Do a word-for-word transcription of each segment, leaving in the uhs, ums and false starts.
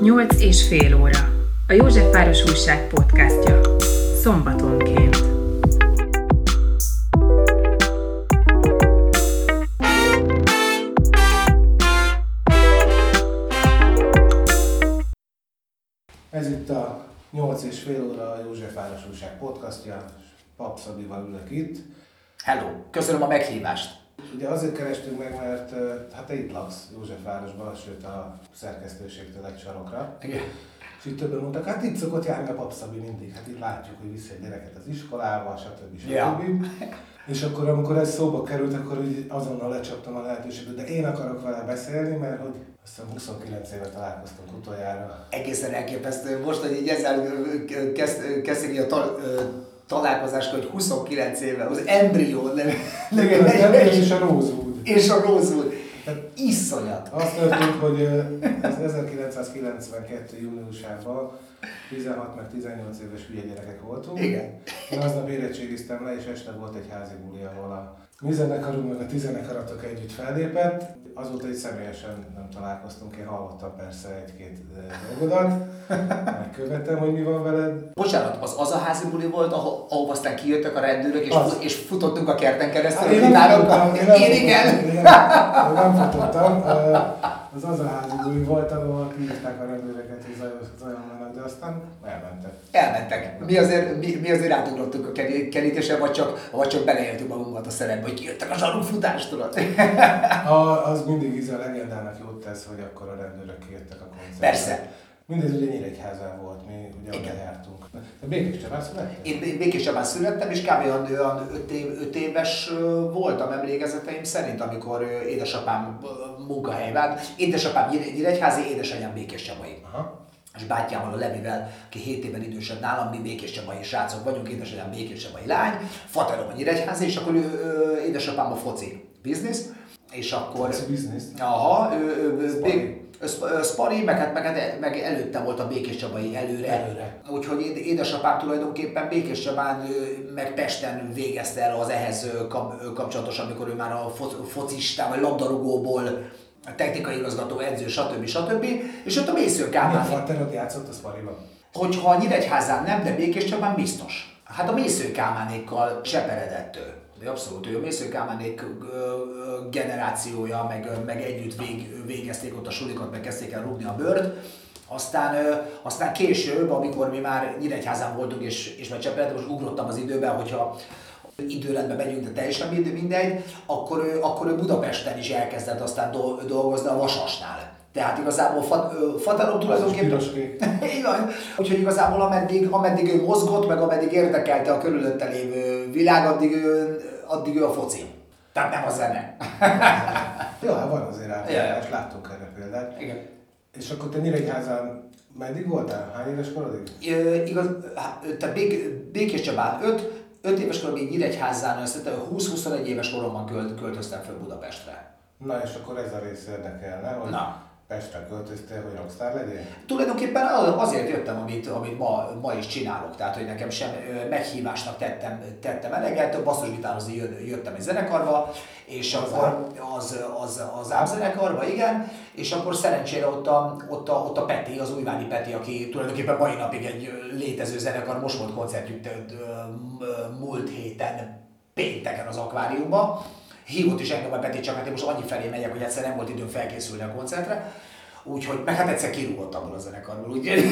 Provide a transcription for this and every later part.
Nyolc és fél óra. A Józsefváros Újság podcastja. Szombatonként. Ez itt a Nyolc és fél óra a Józsefváros Újság podcastja. Pap Szabival ülök itt. Hello! Köszönöm a meghívást! Ugye azért kerestünk meg, mert hát te itt laksz Józsefvárosban, sőt a szerkesztőségtől egy sarokra. Igen. És itt többen mondtak, hát itt szokott járni a Pap Szabi mindig, hát itt látjuk, hogy viszi a gyereket az iskolába, stb. stb. Ja. És akkor, amikor ez szóba került, akkor úgy azonnal lecsaptam a lehetőséget, de én akarok vele beszélni, mert hogy azt hiszem huszonkilenc éve találkoztunk utoljára. Egészen elképesztő. Most, hogy így ezzel kezd, kezdjük a tal, találkozást, hogy huszonkilenc éve, az embrió nevű. Igen, az embrió és a Rosewood. És a Rosewood. Iszonyat. Azt történt, hogy ez ezerkilencszázkilencvenkettő júniusában tizenhat meg tizennyolc éves hülye gyerekek voltunk. Igen. Én aznap érettségiztem le, és este volt egy házi buli, ahol a mi zenekarunk meg a ti zenekaratok együtt fellépett. Azóta így személyesen nem találkoztunk, én hallottam persze egy-két dolgodat, megkövetem, hogy mi van veled. Bocsánat, az az a házi buli volt, ahol, ahol aztán kijöttek a rendőrök, és, az. és futottunk a kerten keresztül, Hát, a gitárokkal? Én, én, én igen! Én, én nem futottam. Az az a házi buli volt, ahol kiírták a rendőreket, hogy zajon mennek, de aztán elmentek. Elmentek. Mi azért, mi, mi azért átugrottunk a kerítésen, vagy csak, vagy csak beleéltünk magunkat a szerepbe, hogy kijöttek a zsarukfutást, tudod? A, az mindig íze a legendának jót tesz, hogy akkor a rendőrök kijöttek a koncertre. Persze. Mindez ugye Nyíregyházán volt, mi ugye oda jártunk. De Békés Csabán születtem? Én Békés Csabán születtem, és kb. olyan öt éves voltam emlékezeteim szerint, amikor édesapám munkahely vált. Édesapám nyíregyházi, édesanyám Békés Csabai. Aha. És bátyámmal, a Levivel, aki hét éven idősebb nálam, mi Békés Csabai srácok vagyunk, édesanyám Békés Csabai lány, faterom a nyíregyházi, és akkor ő, ő, édesapám a foci biznisz, és akkor... Foci biznisz? Aha, ő, ő, ő, Spari, meg, hát, meg, hát, meg előtte volt a Békés Csabai előre. előre. Úgyhogy édesapám tulajdonképpen Békés Csabán meg Pesten végezte el az ehhez kapcsolatos, amikor ő már a focistán vagy labdarúgóból technikai igazgató, edző, stb. stb. És ott a Mésző Kálmán. Milyen fatterod játszott a Spariban? Hogyha Nyíregyházán nem, de Békés Csabán biztos. Hát a Mésző Kálmánékkal seperedett ő. De abszolút, ő a Mésző Kálmánék generációja, meg, meg együtt vég, végezték ott a sulikat, meg kezdték el rúgni a bőrt. Aztán, aztán később, amikor mi már Nyíregyházán voltunk, és, és meg cseperedtem, most ugrottam az időben, hogyha időrendben megyünk, de teljesen mindegy, akkor ő, akkor ő Budapesten is elkezdett aztán dolgozni a Vasasnál. Tehát igazából fatalom tulajdonképpen... Így van. Úgyhogy igazából ameddig, ameddig ő mozgott, meg ameddig érdekelte a körülötte lévő világ, addig ő, addig ő a foci. Tehát nem a zene. Jó, hát van azért átjárás, láttunk erre példát. Igen. És akkor te Nyíregyházán meddig voltál? Hány éves korodig? I, igaz, tehát Bék, Békés Csabán öt, öt éves koromig Nyíregyházán, húsz-huszonegy éves koromban költ, költöztem föl Budapestre. Na és akkor ez a rész érdekelne, hogy Na. Pestre költöztél, hogy rockstar legyél? Tulajdonképpen azért jöttem, amit, amit ma, ma is csinálok, tehát hogy nekem sem meghívásnak tettem, tettem eleget, basszusgitározni jöttem egy zenekarba, és az akkor az, az, az ÁB zenekarba, igen, és akkor szerencsére ott a, ott, a, ott a Peti, az Újvári Peti, aki tulajdonképpen mai napig egy létező zenekar, most volt koncertjük múlt héten pénteken az akváriumban. Hívott is engem a Peti, csak hát én most annyi felé megyek, hogy egyszer nem volt időm felkészülni a koncertre. Úgyhogy, meg hát egyszer kirúgott abból a zenekarból, úgyhogy...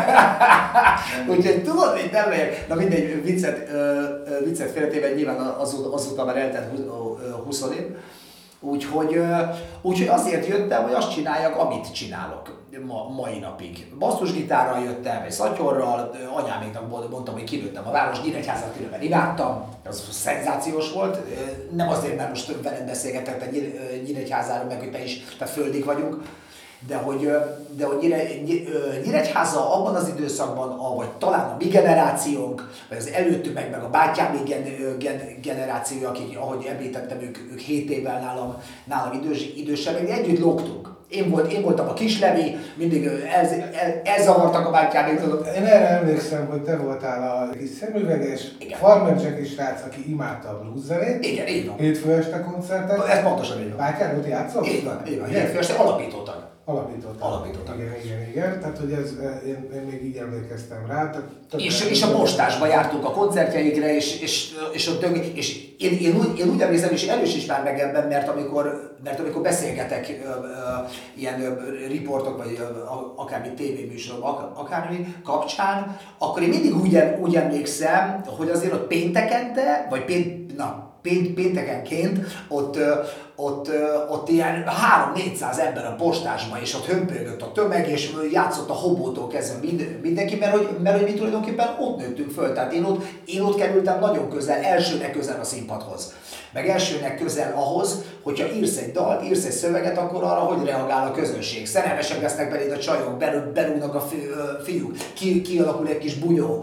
úgyhogy tudod, hogy nem megyek. Na mindegy, viccet, viccet félretéve, nyilván azóta, azóta már eltelt húsz év. Úgyhogy, úgyhogy azért jöttem, hogy azt csináljak, amit csinálok ma, mai napig. Basszusgitárral jöttem, egy szatyorral, anyáméknak mondtam, hogy kilőttem a város, Nyíregyházat különben imádtam, az szenzációs volt. Nem azért, mert most veled beszélgetek, te Nyíregyházáról, meg hogy te is, te földig vagyunk, de hogy, de hogy Nyíre, Nyíregyháza abban az időszakban, vagy talán a mi generációnk, vagy az előttünk meg, meg a bátyám gen, gen, generáció, akik, ahogy említettem, ők, ők hét évvel nálam, nálam idős, idősebbek, együtt lógtunk. Én, volt, én voltam a kislevi, mindig ez, ez, ez zavartak a bátyámék, tudod. Én erre emlékszem, hogy te voltál a kis szemüveges, farmercseki srác, aki imádta a blues zenét. Igen, így van. Hétfő este koncertet. Ez pontosan így van. Bátyád ott játszott? Így van, így van. Hétfő este alapítótag. Alapítottam. Alapítottam. Igen, igen, igen. Tehát, hogy ez, én, én még így emlékeztem rá. Tehát, és, és a postásba jártunk a koncertjeikre, és, és, és, ott, és én, én, úgy, én úgy emlékszem, és erős is már meg ebben, mert amikor, mert amikor beszélgetek ö, ö, ilyen ö, riportok, vagy ö, akármi tévéműsorok, ak, akármi kapcsán, akkor én mindig úgy, úgy emlékszem, hogy azért ott péntekente, vagy pént, na, Pént, péntekenként ott, ott, ott ilyen három-négyszáz ember a postásban, és ott hömpölygött a tömeg, és játszott a hobótól kezdve mindenki, mert hogy, mert hogy mi tulajdonképpen ott nőttünk föl. Tehát én ott, én ott kerültem nagyon közel, elsőnek közel a színpadhoz. Meg elsőnek közel ahhoz, hogyha írsz egy dalt, írsz egy szöveget, akkor arra hogy reagál a közönség. Szerelmesek lesznek beléd a csajok, berúgnak a fiúk, ki, kialakul egy kis bunyó.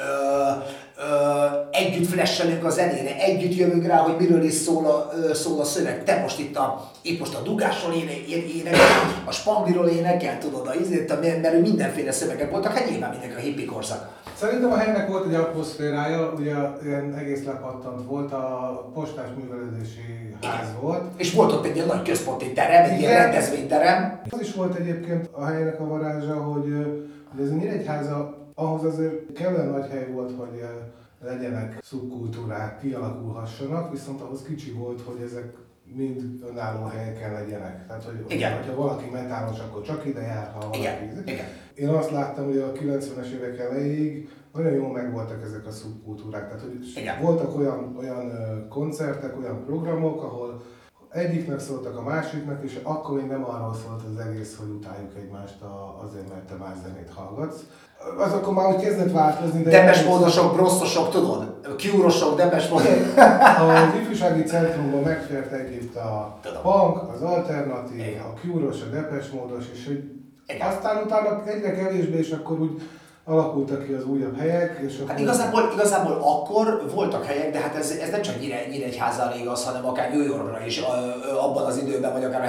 Ö, együtt flashelünk a zenére, együtt jövünk rá, hogy miről is szól a, szól a szöveg. Te most itt a, itt most a dugásról énekel, a spangliról énekel, tudod, a izét, mert mindenféle szövegek voltak, hát nyilván mindenki a hippi korszak. Szerintem a helynek volt egy atmoszférája, ugye ilyen egész lepattant volt, a postás művelődési ház volt. És volt ott egy ilyen nagy központi terem, egy ilyen rendezvényterem. Az is volt egyébként a helynek a varázsa, hogy, hogy ez a Nyíregyháza ahhoz azért kellően nagy hely volt, hogy legyenek szubkultúrák, kialakulhassanak, viszont ahhoz kicsi volt, hogy ezek mind önálló helyeken legyenek. Tehát, hogy igen. Ha valaki metálos, akkor csak ide jár, ha valaki... Igen. Igen. Én azt láttam, hogy a kilencvenes évek elejéig nagyon jól megvoltak ezek a szubkultúrák. Tehát, hogy igen. Voltak olyan, olyan koncertek, olyan programok, ahol egyiknek szóltak a másiknak, és akkor még nem arról szólt az egész, hogy utáljuk egymást azért, mert te más zenét hallgatsz. Az akkor már úgy kezdett változni, de... Depesmódosok, brosszosok, tudod? Cure-osok, depesmódosok. Az ifjúsági centrumban megfért együtt a punk, az alternatív, a Cure-os, a depesmódos, és hogy aztán utána egyre kevésbé, és akkor úgy alakultak ki az újabb helyek, és akkor... Hát igazából, igazából akkor voltak helyek, de hát ez, ez nem csak Nyíregyházára igaz, hanem akár New Yorkra is abban az időben, vagy akár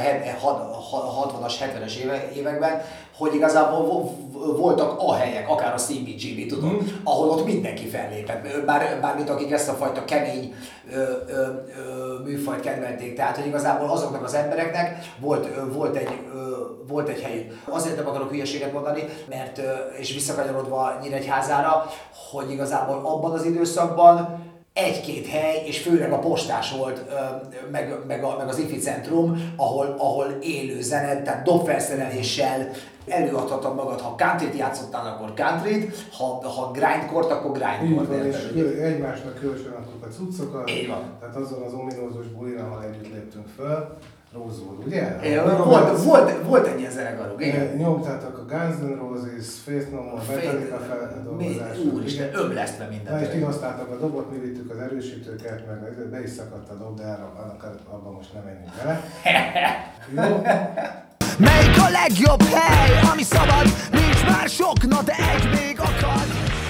a hatvanas, hetvenes években, hogy igazából voltak a helyek, akár a cé bé gé bé, tudod, mm. ahol ott mindenki fellépett, bár, bármint akik ezt a fajta kemény ö, ö, ö, műfajt kedvelték, tehát hogy igazából azoknak az embereknek volt, ö, volt, egy, ö, volt egy hely. Azért nem akarok hülyeséget mondani, mert, ö, és visszakanyarodva Nyíregyházára, hogy igazából abban az időszakban egy-két hely, és főleg a postás volt, meg, meg, a, meg az ifi centrum, ahol, ahol élő zene, tehát dobfelszereléssel előadhatod magad, ha countryt játszottál, akkor countryt, ha, ha grindcore-t, akkor grindcore-t. Így van, és egymásnak kölcsön adtuk a cuccokat, így van. Tehát azon az ominózus bulin, ahol együtt léptünk föl, Rosewood, ugye? É, volt, volt, volt egy ilyen zenekarunk, igen. Nyomtátok a Guns N' Roses, Faith No More, Metallica feldolgozásra. Úristen, ömlesztve mindent. Na és kihoztátok a dobot, mi vittük az erősítőket, meg be is szakadt a dob, de abban most nem menjünk bele. Jó? Melyik a legjobb hely, ami szabad? Nincs már sok, na de egy még akad.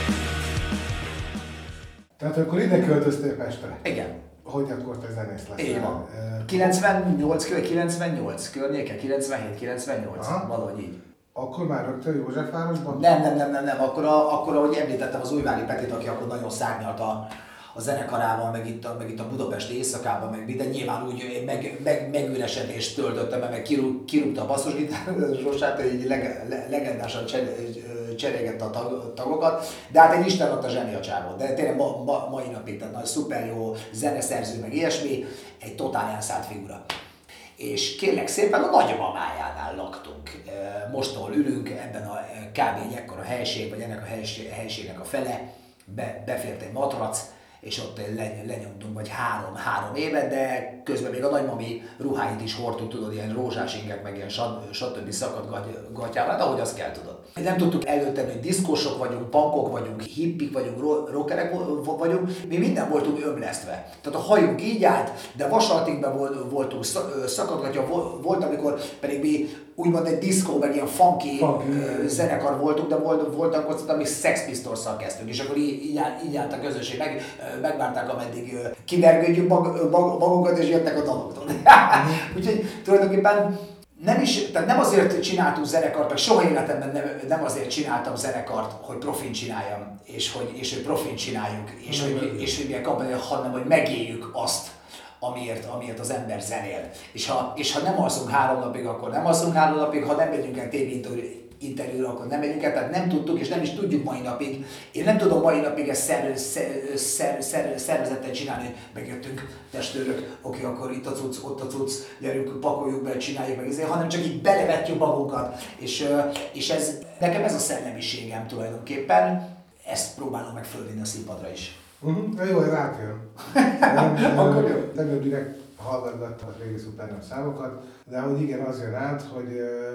Tehát akkor ide költöztél Pestre? Igen. Hogy akkor te zenész leszel? Így van. kilencvennyolc, kilencvennyolc környéke, kilencvenhét, kilencvennyolc, valahogy így. Akkor már rögtön Józsefvárosban? Nem, nem, nem, nem, nem. Akkor, a, akkor ahogy említettem, az Újvári Petit, aki akkor nagyon szárnyalt a, a zenekarával, meg itt a, meg itt a budapesti éjszakában, meg minden, nyilván úgy meg, meg, megüresedést töltöttem, meg kirúg, kirúgta a basszusgitárosát, így leg, le, legendásan cserégette a tag, tagokat, de hát egy Isten adta zseni a csávot, de tényleg ma, ma, mai napig, tehát nagy szuper jó zeneszerző, meg ilyesmi, egy totál elszállt figura. És kérlek szépen a nagymamájánál laktunk. Most, ahol ülünk, ebben a kb. Egy ekkora helység, vagy ennek a helység, helységnek a fele, be, befért egy matrac, és ott le, lenyomtunk vagy három, három évet, de közben még a nagymami ruháit is hordtuk, tudod, ilyen rózsás ingek, meg ilyen stb. Szakadt gatyával, ahogy azt kell, tudod. Nem tudtuk előtenni, hogy diszkósok vagyunk, punkok vagyunk, hippik vagyunk, rockerek vagyunk, mi minden voltunk ömlesztve. Tehát a hajunk így állt, de vasaltikben voltunk, szakadt gatya volt, amikor pedig mi úgymond egy diszkó, meg ilyen funky, funky zenekar voltunk, de volt, voltak ott, amik Sex Pistols-szal kezdtünk, és akkor így, így, áll, így állt a közönség, meg, megvárták, ameddig kivergődjük mag, mag, magunkat, és jöttek a daloktól. Úgyhogy tulajdonképpen nem is, tehát nem azért csináltunk zenekart, meg soha életemben nem, nem azért csináltam zenekart, hogy profin csináljam, és hogy, és hogy profin csináljuk, és hogy, és hogy milyen kampány, hanem hogy megéljük azt, amiért, amiért az ember zenél. És ha, és ha nem alszunk három napig, akkor nem alszunk három napig, ha nem megyünk el tévéinterjúra, akkor nem megyünk el, tehát nem tudtuk, és nem is tudjuk mai napig. Én nem tudom mai napig ezt szer, szer, szer, szer, szervezettel csinálni, hogy megjöttünk testőrök, oké, akkor itt a cucc, ott a cucc, gyerünk, pakoljuk be, csináljuk meg ezért, hanem csak így belevetjük magunkat. És, és ez, nekem ez a szellemiségem tulajdonképpen, ezt próbálom meg fölvinni a színpadra is. Uh-huh. Jó, hogy rátjön. Akkor jó. Tegnap direkt hallgatgattam a régi Supernap számokat, de hogy igen, az jön át, hogy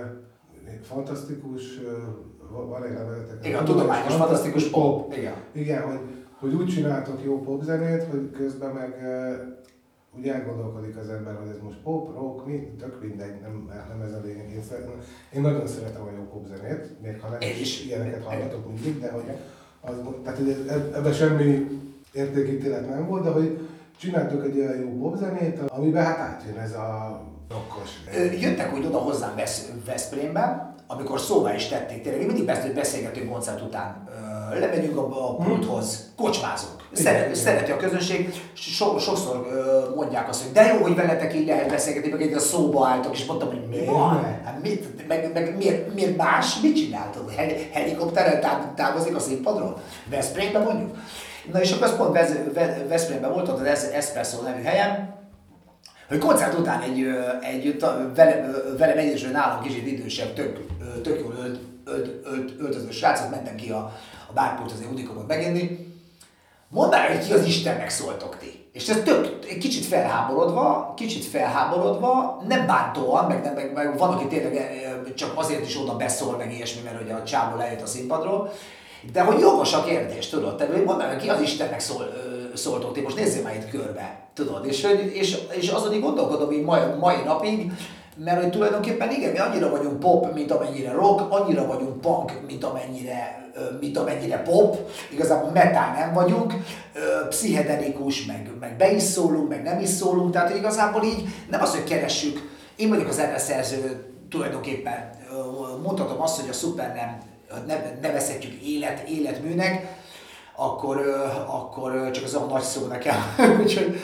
uh, fantasztikus, uh, van egy levezetek. Igen, tudományos, fantasztikus pop. pop. Igen, igen hogy, hogy úgy csináltok jó popzenét, hogy közben meg uh, úgy elgondolkodik az ember, hogy ez most pop, rock, mi, tök mindegy, nem, nem ez a lényeg. Én, szeretem, én nagyon szeretem a jó popzenét, még ha nem is, is ilyeneket hallgatok mindig, de hogy az, tehát hogy ebben semmi értékítélet nem volt, de hogy csináltuk egy olyan jó popzenét, amiben hát átjön ez a rockos. Jöttek úgy oda hozzám Veszprémben, amikor szóvá is tették, tényleg mindig beszélgetünk koncert után, lemegyünk a, a pulthoz, kocsmázunk. Szeret, szereti a közönség, so, sokszor mondják azt, hogy de jó, hogy veletek így lehet beszélgetni, meg egy a szóba álltok, és mondtam, hogy mi van? Hát mit, meg, meg miért, miért más? Mit csináltok? Hel, helikopterrel távozik a színpadról? Veszprémben mondjuk? Na és akkor ez pont Veszprémben volt, ott az Espresso nevű helyen, hogy koncert után egy, egy vele, velem egyesül nálam kicsit idősebb, tök, tök jól ölt, ölt, ölt, öltöző srácot, mentem ki a, a bárpult az unikumot meginni. Mondd már, hogy ki az Istennek szóltok ti. És ez tök, egy kicsit felháborodva, kicsit felháborodva, nem bántóan, meg, nem, meg, meg van, aki tényleg csak azért is oda beszól, meg ilyesmi, mert hogy a csávó lejött a színpadról. De hogy jogos a kérdés, tudod, te mondd már, ki az Istennek szól, szóltok ti, most nézzél már itt körbe, tudod. És, és, és azon így gondolkodom így mai, mai napig, mert hogy tulajdonképpen igen, mi annyira vagyunk pop, mint amennyire rock, annyira vagyunk punk, mint amennyire, mint amennyire pop, igazából metal nem vagyunk, pszichedelikus, meg, meg be is szólunk, meg nem is szólunk, tehát igazából így nem az, hogy keressük, én vagyok az zeneszerző, tulajdonképpen mondhatom azt, hogy a Supernap nevezhetjük élet, életműnek, akkor, akkor csak az a nagy szó nekem, úgyhogy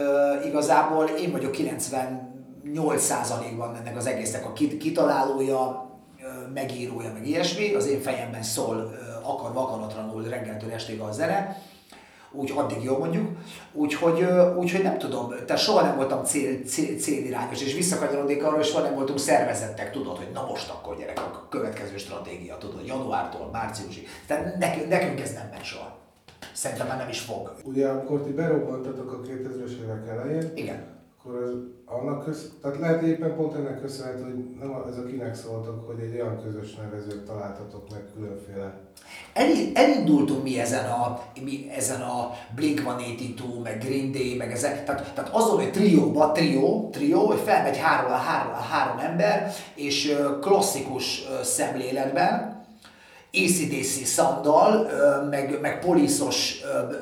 igazából én vagyok kilencvennyolc százalékban ennek az egésznek a kitalálója, megírója, meg ilyesmi, az én fejemben szól akarva akaratlanul reggeltől estig a zene, úgy addig jó mondjuk, úgyhogy, úgyhogy nem tudom, tehát soha nem voltam cél, cél, célirányos, és visszakanyarodik arra, hogy soha nem voltunk szervezettek, tudod, hogy na most akkor gyerek, a következő stratégia, tudod, januártól márciusig, tehát nekünk, nekünk ez nem megy soha. Szerintem már nem is fog. Ugye amikor ti berobbantatok a kétezres évek elején, igen. Akkor az annak köz... tehát lehet éppen pont ennek köszönhető, hogy nem ez a kinek szóltok, hogy egy olyan közös nevezőt találtatok meg különféle. Elindultunk mi ezen a, mi ezen a Blink száz nyolcvankettő, meg Green Day, meg ezen, tehát, tehát azon, hogy trióba, trió, trió, hogy felmegy három, három, három ember, és klasszikus szemléletben, á cé dé cé szandal, meg, meg poliszos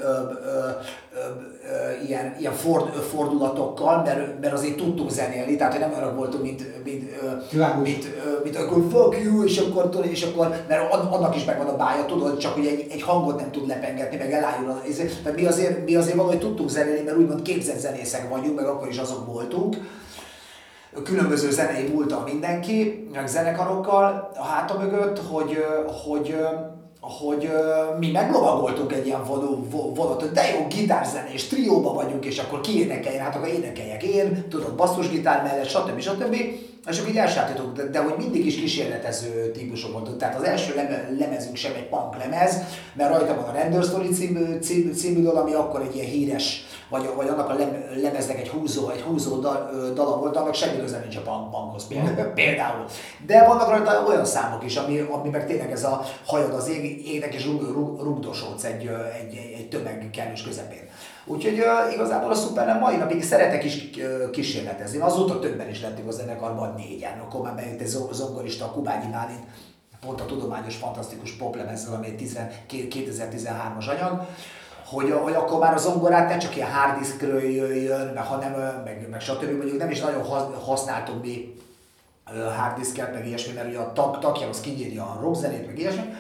ilyen, ilyen ford, fordulatokkal, mert, mert azért tudtunk zenélni, tehát hogy nem arra voltunk, mint, mint, mint, mint akkor fuck you, és akkor, és akkor, mert annak is megvan a bája, tudod, csak hogy egy, egy hangot nem tud lepengetni, meg elájul. Tehát mi azért, mi azért valahogy tudtunk zenélni, mert úgymond képzett zenészek vagyunk, meg akkor is azok voltunk. Különböző zenei múltal mindenki, meg zenekarokkal a háta mögött, hogy, hogy, hogy mi meglovagoltunk egy ilyen vonatot, de jó gitárzenés, trióba vagyunk, és akkor ki énekeljen, hát akkor énekeljek én, tudod, basszusgitár mellett, stb. stb. És akkor így elsállítottuk, de, de hogy mindig is kísérletező típusok voltunk. Tehát az első lemezünk sem egy punk lemez, mert rajta van a Rendőrsztori című, című, című dal, ami akkor egy ilyen híres, vagy, vagy annak a lemeznek egy húzó, egy húzó dal, dala volt, annak semmi köze nincs a punk, punkhoz például. De vannak rajta olyan számok is, ami, ami meg tényleg ez a hajad az ég, égnek és rugdosódsz egy, egy, egy, egy tömeg kellős közepén. Úgyhogy uh, igazából a Supernap mai napig szeretek is uh, kísérletezni. Azóta többen is lettünk a zenekarban, négyen. Akkor már bejött egy zongorista, a Kubányi Bálint, pont a tudományos, fantasztikus poplemezzel, ami egy kétezer-tizenhármas anyag, hogy, hogy akkor már a zongorát ne csak ilyen harddiskről jöjjön, meg, hanem, meg, meg stb. Mondjuk nem is nagyon használtunk mi harddisket, meg ilyesmi, mert ugye a tag, tagjához kinyírja a rockzenét, meg ilyesmi.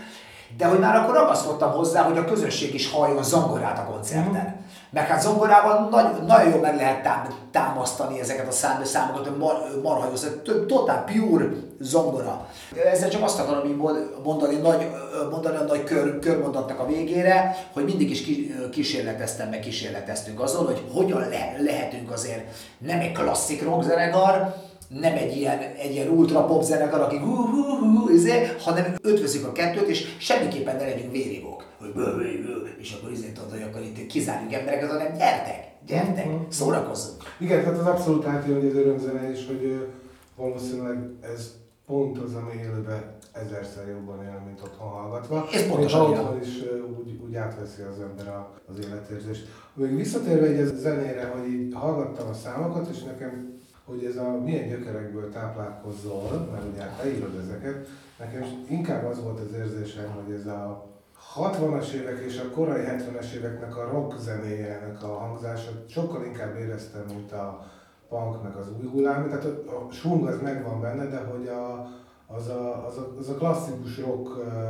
De hogy már akkor ragaszkodtam hozzá, hogy a közönség is halljon zongorát a koncerten. Meg hát zongorával nagy, nagyon jól meg lehet támasztani ezeket a szám, számokat, hogy mar, marha jó, szóval totál pure zongora. Ezzel csak azt akarom mondani, nagy, mondani a nagy kör, körmondatnak a végére, hogy mindig is kísérleteztem, meg kísérleteztünk azon, hogy hogyan le, lehetünk azért nem egy klasszik rockzenekar, nem egy ilyen, egy ilyen ultra pop zenekar, akik hú, hú, hú, izé, hanem ötvözzük a kettőt, és semmiképpen ne legyünk vérivók, hogy és akkor izé tudod, hogy akkor itt kizárjuk embereket, hanem gyertek, gyertek, szórakozzunk. Igen, tehát az abszolút átjön, hogy az örömzene is, hogy valószínűleg ez pont az, ami élőben ezerszer jobban él, mint otthon hallgatva. Ez pontosan otthon is úgy, úgy átveszi az ember az életérzést. Még visszatérve egy a zenére, hogy így hallgattam a számokat, és nekem hogy ez a milyen gyökerekből táplálkozzol, mert ugye te írod ezeket, nekem inkább az volt az érzésem, hogy ez a hatvanas évek és a korai hetvenes éveknek a rock zenéjének a hangzása sokkal inkább éreztem, mint a punk meg az új hullám. Tehát a svung az megvan benne, de hogy a, az, a, az, a, az a klasszikus rock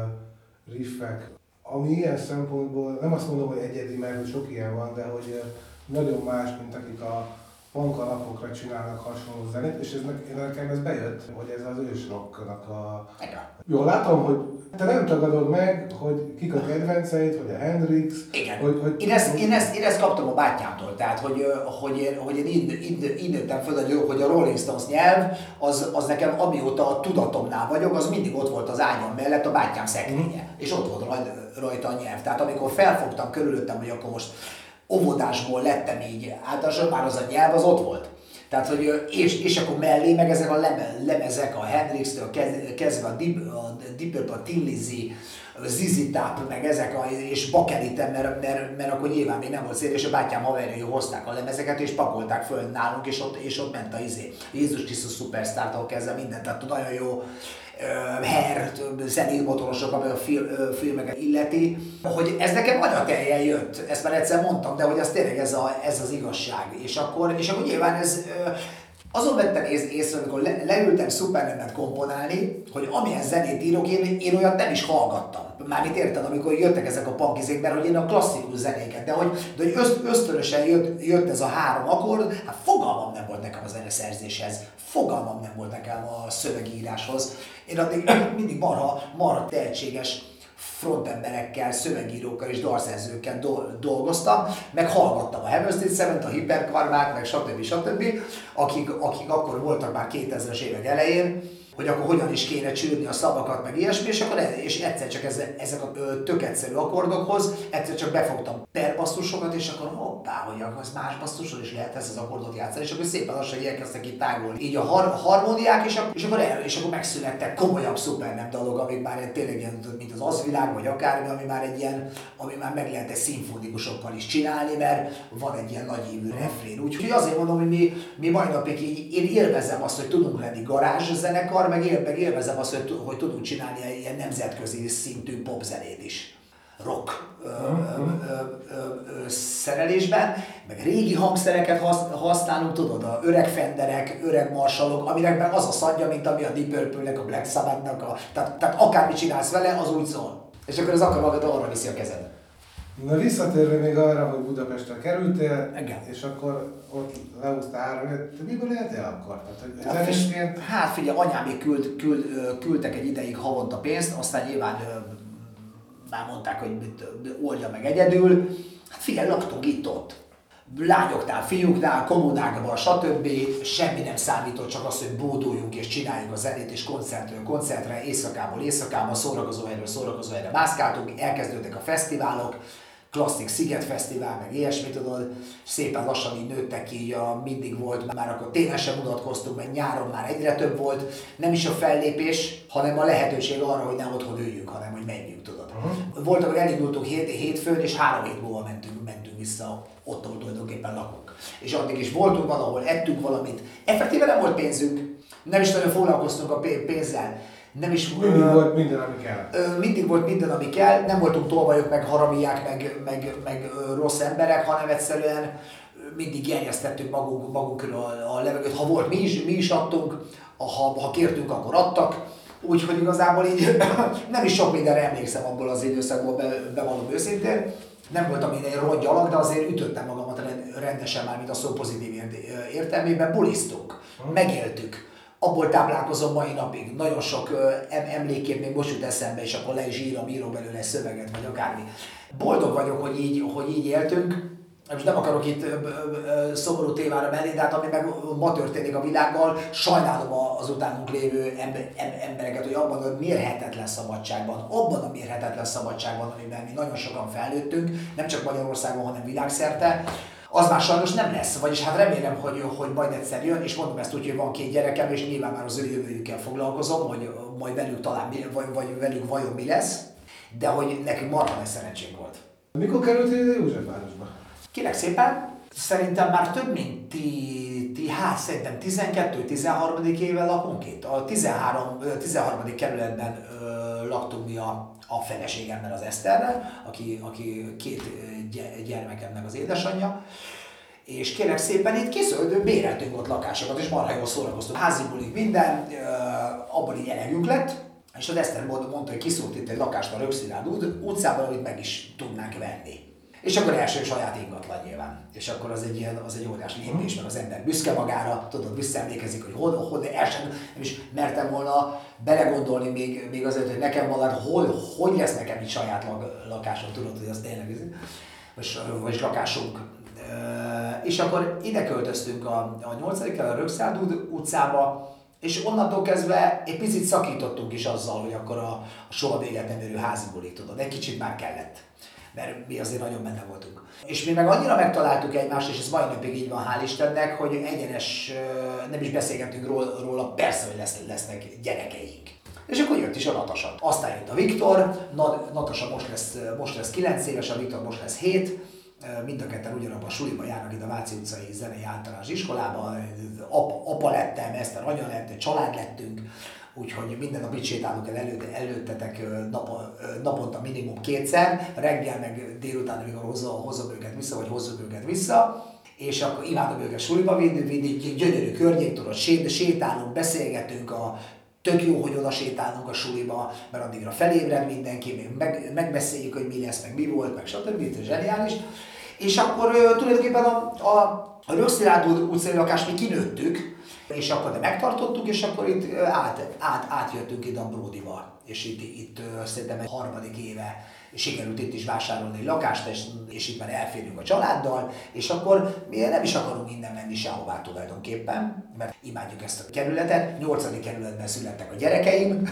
riffek, ami ilyen szempontból, nem azt mondom, hogy egyedi, mert hogy sok ilyen van, de hogy nagyon más, mint akik a punk alapokra csinálnak hasonló zenét, és ez nekem ez bejött, hogy ez az ősrocknak a... Jól látom, hogy te nem tagadod meg, hogy kik a kedvenceid, hogy a Hendrix... Igen. Hogy, hogy, én, ezt, én, ezt, én ezt kaptam a bátyámtól, tehát hogy, hogy én, hogy én így, így, így nőttem föl, hogy a Rolling Stones nyelv, az, az nekem amióta a tudatomnál vagyok, az mindig ott volt az ágyam mellett a bátyám szekrénye, mm. és ott volt rajta a nyelv. Tehát amikor felfogtam körülöttem, hogy akkor most óvodásból lettem így, általában már az a nyelv az ott volt. Tehát, hogy, és, és akkor mellé meg ezek a leme, lemezek, a Hendrix-től kezdve a Deep, a Deep Purple, a Thin Lizzy, a zé zé Top, meg ezek a, és bakelitem, mert, mert, mert akkor nyilván még nem volt szél, és a bátyám haverjai hozták a lemezeket, és pakolták föl nálunk, és ott, és ott ment a izé. Jézus Krisztus Superstar-tól kezdve mindent, tehát nagyon jó uh, hair, zenémotorosok, ami a fil, uh, filmeket illeti, hogy ez nekem anyateljen jött, ezt már egyszer mondtam, de hogy az tényleg ez, a, ez az igazság. És akkor, és akkor nyilván ez, uh, azon vettem észre, amikor le, leültem Supernemet komponálni, hogy amilyen zenét írok, én, én olyat nem is hallgattam. Mármint érted, amikor jöttek ezek a punkizék, mert hogy én a klasszikus zenéket, de hogy, de hogy öszt, ösztönösen jött, jött ez a három akkord, hát fogalmam nem volt nekem a zeneszerzéshez, fogalmam nem volt nekem a szövegíráshoz. Én addig mindig marha, marha tehetséges frontemberekkel, szövegírókkal és dalszerzőkkel do- dolgoztam, meg hallgattam a Heaven Street Seven-t, a Hiperkarmát, meg stb. stb., akik, akik akkor voltak már kétezres évek elején, hogy akkor hogyan is kéne csűrni a szavakat, meg ilyesmi, és akkor ez, és egyszer csak ez, ezek a tök egyszerű akkordokhoz, egyszer csak befogtam per basszusokat, és akkor hoppá, hogy akkor ez más basszuson is lehet ezt az akkordot játszani, és akkor szépen lassan elkezdtek itt tágulni. Így a har- harmóniák, és, és, akkor el, és akkor megszülettek komolyabb szupernem dalok, amik már tényleg ilyen, mint az Az világ, vagy akármi, ami már egy ilyen, ami már meg lehet egy szimfonikusokkal is csinálni, mert van egy ilyen nagyívű refrén. Úgyhogy azért mondom, hogy mi, mi mai napig így, én élvezem azt, hogy tudunk lenni garázszenekar, meg, él, meg élvezem azt, hogy, hogy tudunk csinálni ilyen nemzetközi szintű popzenét is. Rock ö, ö, ö, ö, szerelésben, meg régi hangszereket használunk, tudod, a öreg Fenderek, öreg Marshallok, aminek az a szadja, mint ami a Deep Purple-nek, a Black Sabbath-nak, a, tehát, tehát akármit csinálsz vele, az úgy szól. És akkor az akar magad arra viszi a kezed. Na visszatérve még arra, hogy Budapestre kerültél, igen. És akkor ott leúztál három évet, te miből éltél akkor? Tehát, hogy zenészként... Hát figyelj, anyámék küld, küld, küldtek egy ideig havonta pénzt, aztán nyilván már mondták, hogy oldja meg egyedül. Hát figyelj, laktunk itt-ott. Lányoknál, fiúknál, kommunákban, stb. Semmi nem számított, csak az, hogy bóduljunk és csináljuk a zenét, és koncertről koncertre, éjszakából éjszakába, szórakozóhelyről szórakozóhelyre mászkáltunk, elkezdődtek a fesztiválok, klasszik Sziget-fesztivál, meg ilyesmit, tudod, szépen lassan így nőttek ki, így a, mindig volt, már akkor tényleg sem mutatkoztunk, mert nyáron már egyre több volt, nem is a fellépés, hanem a lehetőség arra, hogy nem otthon üljünk, hanem hogy menjünk, tudod. Uh-huh. Voltak, hogy elindultunk hét, hétfőn, és három hét múlva mentünk, mentünk vissza, ott, ahol tulajdonképpen lakunk. És addig is voltunk valahol, ettünk valamit, effektíven nem volt pénzünk, nem is nagyon foglalkoztunk a pénzzel. Nem is, mindig ö, volt minden, ami kell. Ö, mindig volt minden, ami kell, nem voltunk tolvajok, meg haramiák, meg, meg, meg ö, rossz emberek, hanem egyszerűen mindig gerjesztettük magunk, magunk körül a, a levegőt. Ha volt, mi is, mi is adtunk, ha, ha kértünk, akkor adtak. Úgyhogy igazából így nem is sok mindenre emlékszem abból az időszakból, be, bevallom őszintén. Nem voltam én egy rongy alak, de azért ütöttem magamat rendesen már, mint a szó pozitív értelmében. Bulisztunk, megéltük. Abból táplálkozom mai napig. Nagyon sok emlékét még most jut eszembe, és akkor le is írom, írom belőle egy szöveget, vagy akármi. Boldog vagyok, hogy így, hogy így éltünk. Most nem akarok itt szomorú témára menni, de hát ami meg ma történik a világgal, sajnálom az utánunk lévő embereket, hogy abban a mérhetetlen szabadságban, abban a mérhetetlen szabadságban, amiben mi nagyon sokan fejlődtünk, nem csak Magyarországon, hanem világszerte, az már sajnos nem lesz, vagyis hát remélem, hogy, hogy majd egyszer jön, és mondom ezt úgy, hogy van két gyerekem, és nyilván már az ő jövőjükkel foglalkozom, hogy majd velük talán, vagy, vagy velük vajon mi lesz, de hogy nekünk marha nagy szerencsénk volt. Mikor kerültél ide Józsefvárosba? Kérlek szépen, szerintem már több mint ti, ti hát szerintem tizenkettő-tizenharmadik éve lakunk itt. A tizenhárom, tizenharmadik kerületben ö, laktunk mi a, a feleségemmel, az Eszterrel, aki, aki két gyermekemnek az édesanyja. És kérlek szépen itt készült, béreltünk ott lakásokat, és marha jól szórakoztunk. Házi bulik, minden, ö, abban így elegünk lett. És az Eszter mondta, hogy kiszólt itt egy lakást a Rökszilárd utcában, amit meg is tudnánk venni. És akkor első saját ingatlan nyilván. És akkor az egy ilyen, az egy óriási lépés, mert az ember büszke magára, tudod, visszaemlékezik, hogy hol, hol el sem, nem is mertem volna belegondolni még, még azért, hogy nekem valami, hol, hogy lesz nekem egy saját lakásom, tudod, hogy az tényleg, vagy, vagy lakásunk. És akkor ide költöztünk a, a nyolcadik a Rökszilárd utcába, és onnantól kezdve egy picit szakítottunk is azzal, hogy akkor a, a soha véget nem érő házi bulik, tudod, egy kicsit már kellett. Mert mi azért nagyon benne voltunk. És mi meg annyira megtaláltuk egymást, és ez mai napig így van, hál' Istennek, hogy egyenes, nem is beszélgetünk róla, róla persze, hogy lesz, lesznek gyerekeink. És akkor jött is a Natasa. Aztán jött a Viktor, Natasa most lesz, most lesz kilenc éves, a Viktor most lesz hét. Mind a ketten ugyanabban a suliba járnak itt a Váci utcai zenei általános iskolában. Apa, apa lettem, Eszter anya lett, család lettünk. Úgyhogy minden nap itt sétálunk el elő, előttetek nap, naponta minimum kétszer, reggel meg délután, amikor hozom őket vissza, vagy hozzuk őket vissza, és akkor imádom őket suliba vinni, vinni gyönyörű környék, tudod, sétálunk, beszélgetünk, a, tök jó, hogy oda sétálunk a suliba, mert addigra felébred mindenki, még meg, megbeszéljük, hogy mi lesz, meg mi volt, meg stb. Zseniális. És akkor tulajdonképpen a, a, a Rökszilárd utcai lakást mi kinőttük, és akkor de megtartottuk, és akkor itt át, át, átjöttünk ide a Bródiba. És itt, itt szerintem egy harmadik éve sikerült itt is vásárolni egy lakást, és, és itt már elférünk a családdal, és akkor mi nem is akarunk innen menni sehová tulajdonképpen, mert imádjuk ezt a kerületet. nyolcadik kerületben születtek a gyerekeim,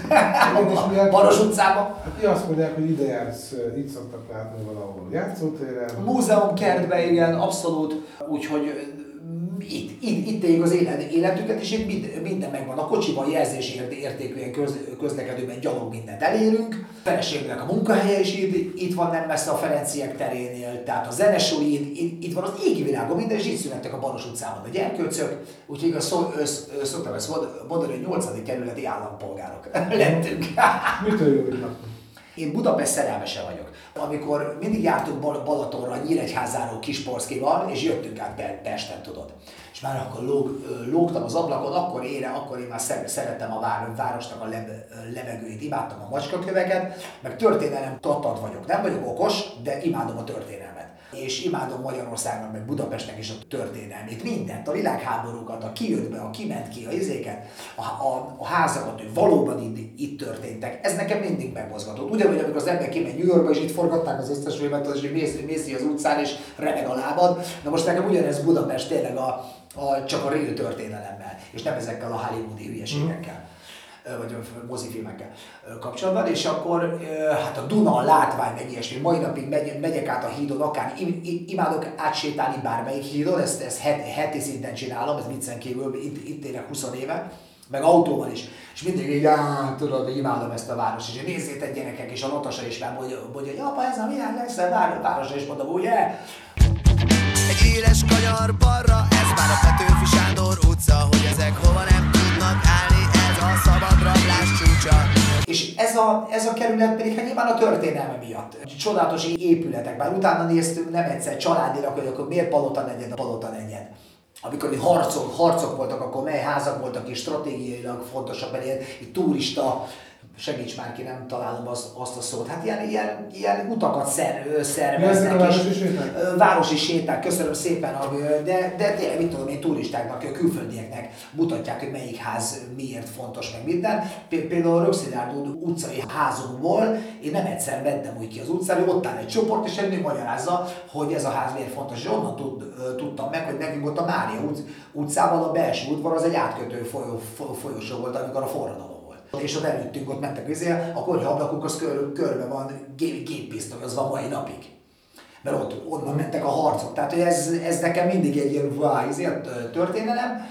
a Baros utcában. Hát mi azt mondják, hogy ide jársz, itt szoktak látni valahol játszótéren. A múzeumkertben, igen, abszolút, úgyhogy Itt, itt, itt éljük az élet, életünket, és itt mind, minden megvan. A kocsiban jelzési értékűen köz, közlekedőben gyalog mindent elérünk. A feleségnek a munkahelye is itt, itt van, nem messze a Ferenciek terénél, tehát a zenesuli, itt, itt, itt van az égi világon minden, és itt születtek a Baros utcában a gyerkőcök. Úgyhogy igaz, szó, össz, szoktam ezt mondani, hogy nyolcadik kerületi állampolgárok lettünk. Mitől jövőnek? Én Budapest szerelmese vagyok. Amikor mindig jártunk Balatonra, Nyíregyházáról, Kisporszkival, és jöttünk át Pesten, tudod. És már akkor lóg, lógtam az ablakon, akkor én, akkor én már szerettem a városnak a levegőjét, imádtam a macskaköveket, meg történelem tatart vagyok. Nem vagyok okos, de imádom a történelmet. És imádom Magyarországnak, meg Budapestnek is a történelmét, mindent, a világháborúkat, a kijött be, a kiment ki, a izéket, a, a, a házakat, hogy valóban itt, itt történtek. Ez nekem mindig megmozgatott. Ugyanúgy, amikor az ember kimegy New Yorkba, és itt forgatták az összes filmet, és mész, mész az utcán, és remeg a lábad. Na most nekem ugyanez Budapest tényleg a, a, csak a real történelemmel, és nem ezekkel a hollywoodi hülyeségekkel. Mm. vagy a mozifilmekkel kapcsolatban, és akkor hát a Duna, a látvány, meg ilyesmi, mai napig megy, megyek át a hídon, akár imádok átsétálni bármelyik hídon, ezt, ezt heti szinten csinálom, ez viccen kívül, itt, itt élek húsz éve, meg autóval is, és mindig így, áh, tudod, imádom ezt a város, és nézzétek gyerekek, és a Natasa is már mondja, mondja, hogy apa, ez a milyen lesz a városra, és mondom, ugye? Egy éles kanyar balra, ez már a Petőfi Sándor utca, hogy ezek hova nem tudnak állni, ez a szabadrablás csúcsa. És ez a, ez a kerület pedig hát nyilván a történelme miatt. Csodálatos épületek, bár utána néztünk nem egyszer családilag, hogy akkor miért Palota negyed, a Palota negyed. amikor itt harcok, harcok voltak, akkor mely házak voltak és stratégiailag fontosabb, ilyen turista, segíts már ki, nem találom azt, azt a szót. Hát ilyen, ilyen, ilyen utakat szer, szerveznek. Városi séták? Városi séták, köszönöm szépen, de, de tényleg, mit tudom én, turistáknak, külföldieknek mutatják, hogy melyik ház miért fontos, meg minden. Például a Rökszilárd utcai házunkból én nem egyszer mentem úgy ki az utcára, ott áll egy csoport, és egy magyarázza, hogy ez a ház miért fontos. És onnan tud, tudtam meg, hogy nekünk ott a Mária utcával a belső udvar az egy átkötő folyó, folyosó volt, amikor a forradalom. És ott előttünk, ott mentek vizé, a konyhaablakunk az kör, körbe van, gép, géppisztoly, az van mai napig. Mert ott onnan mentek a harcok. Tehát ez, ez nekem mindig egy ilyen váj, történelem.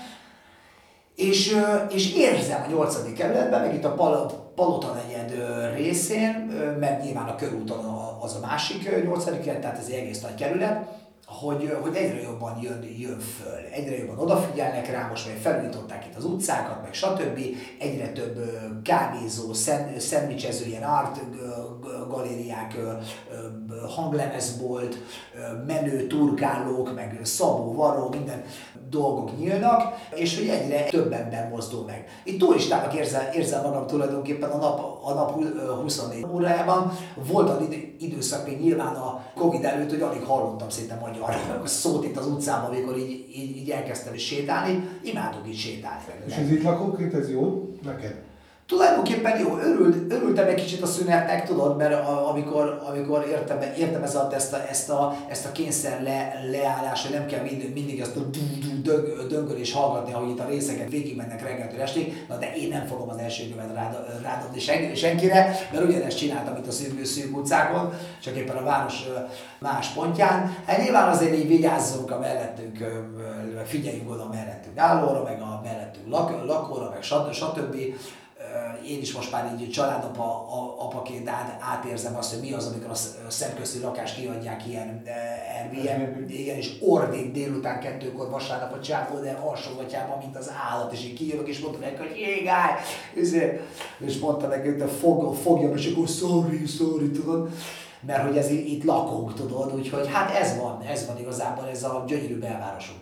És, és érzem a nyolcadik kerületben, meg itt a Pal- Palota negyed részén, mert nyilván a körúton az a másik nyolcadik kerület, tehát ez egy egész nagy kerület, hogy, hogy egyre jobban jön, jön föl, egyre jobban odafigyelnek rá, most már felújították itt az utcákat, meg stb. Egyre több kávézó, szendvicsező, ilyen art galériák, hanglemezbolt, menő turkálók, meg szabó, varró, minden dolgok nyílnak, és hogy egyre több ember mozdul meg. Itt turistának érzem, érzem magam tulajdonképpen a nap, a nap huszonnégy órájában. Volt az időszak még nyilván a Covid előtt, hogy alig hallottam szinte magyar szót itt az utcában, amikor így, így, így elkezdtem sétálni. Imádok így sétálni. És ez itt lakóként ez jó neked? Tulajdonképpen jó, örült, örültem egy kicsit a szünetnek, tudod, mert a, amikor, amikor értem, értem ez a, ezt, a, ezt, a, ezt a kényszer le, leállás, hogy nem kell mindig, mindig ezt a döng, döngölés hallgatni, ahogy itt a részeket végigmennek reggeltől estig, na de én nem fogom az első követ rádobni sen, senkire, mert ugyanezt csináltam itt a szűk, szűk utcákon, csak éppen a város más pontján. Hát nyilván azért így vigyázzunk a mellettünk, figyeljünk oda a mellettünk állóra, meg a mellettünk lak, lakóra, meg stb. Én is most már így családapa a, apaként át, átérzem azt, hogy mi az, amikor a szemközti lakást kiadják ilyen Airbnb, igen, és ordít délután kettőkor vasárnap a csávó, de alsógatjában, mint az állat, és így kijövök, és mondtam neki, hogy jégáj, és mondtam neki, hogy fog, fogjam, és akkor sorry, sorry, tudod, mert hogy ez itt lakunk, tudod, úgyhogy hát ez van, ez van igazából, ez a gyönyörű belvárosunk.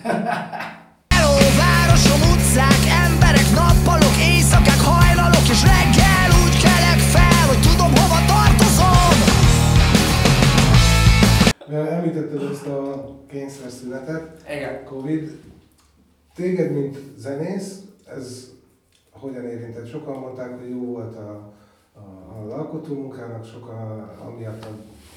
Hello, városom, utcák, emberek, nappalok, éjszakák, hajnalok, és reggel úgy kelek fel, hogy tudom, hova tartozom. Említetted ezt a kényszerszünetet, Igen. Covid. Téged, mint zenész, ez hogyan érintett? Sokan mondták, hogy jó volt a, a, a alkotómunkának, sokan amiatt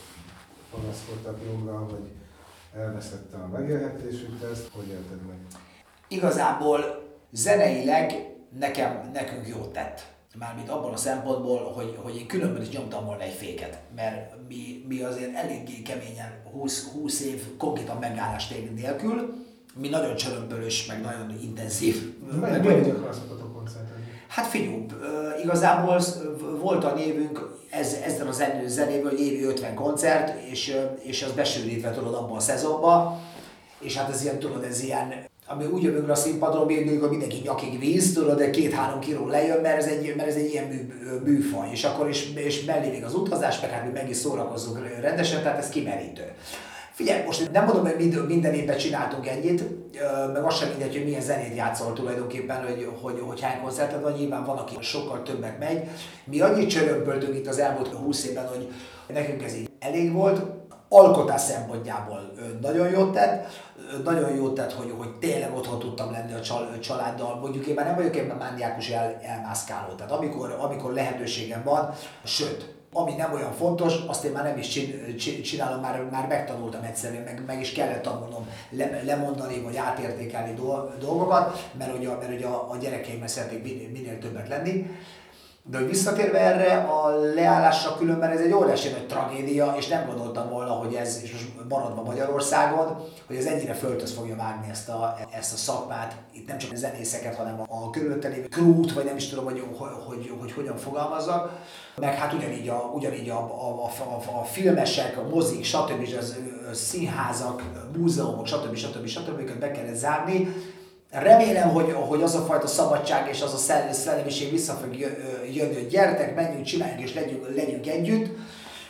panaszkodtak jobbra, hogy elveszette a megélhetésük, de ezt hogy élted meg? Igazából zeneileg nekem, nekünk jót tett. Mármint abban a szempontból, hogy, hogy én különben is nyomtam volna egy féket, mert mi, mi azért eléggé keményen húsz, húsz év konkrétan megállás nélkül, mi nagyon csörömpölös, meg nagyon intenzív. Mennyire gyakran szoktatok koncertezni? Hát figyelj, igazából volt a névünk ez, ezzel a zen, zenéből évi ötven koncert, és, és az besűrítve tudod abban a szezonban, és hát ez ilyen, tudod, ez ilyen, ami úgy jövünk a színpadról, hogy mindenki nyakig víz, tudod, de két-három kiló lejön, mert ez egy, mert ez egy ilyen mű, műfaj, és akkor is, és mellé még az utazás, meg hát mi meg is szórakozzunk rendesen, tehát ez kimerítő. Figyelj, most nem mondom, hogy minden évben csináltunk ennyit, meg az sem mindegy, hogy milyen zenét játszol tulajdonképpen, hogy, hogy, hogy hány koncerted van, nyilván van, aki sokkal többet megy. Mi annyit csörömpöltünk itt az elmúlt húsz évben, hogy nekünk ez így elég volt. Alkotás szempontjából nagyon jót tett, nagyon jót tett, hogy, hogy tényleg otthon tudtam lenni a családdal. Mondjuk én már nem vagyok ebben mániákus el, elmászkáló, tehát amikor, amikor lehetőségem van, sőt, ami nem olyan fontos, azt én már nem is csinálom, már, már megtanultam egyszerűen, meg, meg is kellett tanulnom le, lemondani, vagy átértékelni dolgokat, mert ugye, mert ugye a, a gyerekeimmel szeretnék minél, minél többet lenni. De hogy visszatérve erre a leállásra, különben ez egy óriási nagy tragédia, és nem gondoltam volna, hogy ez, és most maradva Magyarországon, hogy ez ennyire földhöz fogja vágni ezt a, ezt a szakmát, itt nem csak a zenészeket, hanem a körülötte lévő crewt, vagy nem is tudom, hogy, hogy, hogy, hogy hogyan fogalmazzak. Meg hát ugyanígy a, ugyanígy a, a, a, a filmesek, a mozik, stb. A színházak, múzeumok, stb. stb. stb. Őket be kellett zárni. Remélem, hogy, hogy az a fajta szabadság és az a szellemiség vissza fog jönni, hogy gyertek, menjünk, csináljunk és legyünk, legyünk együtt.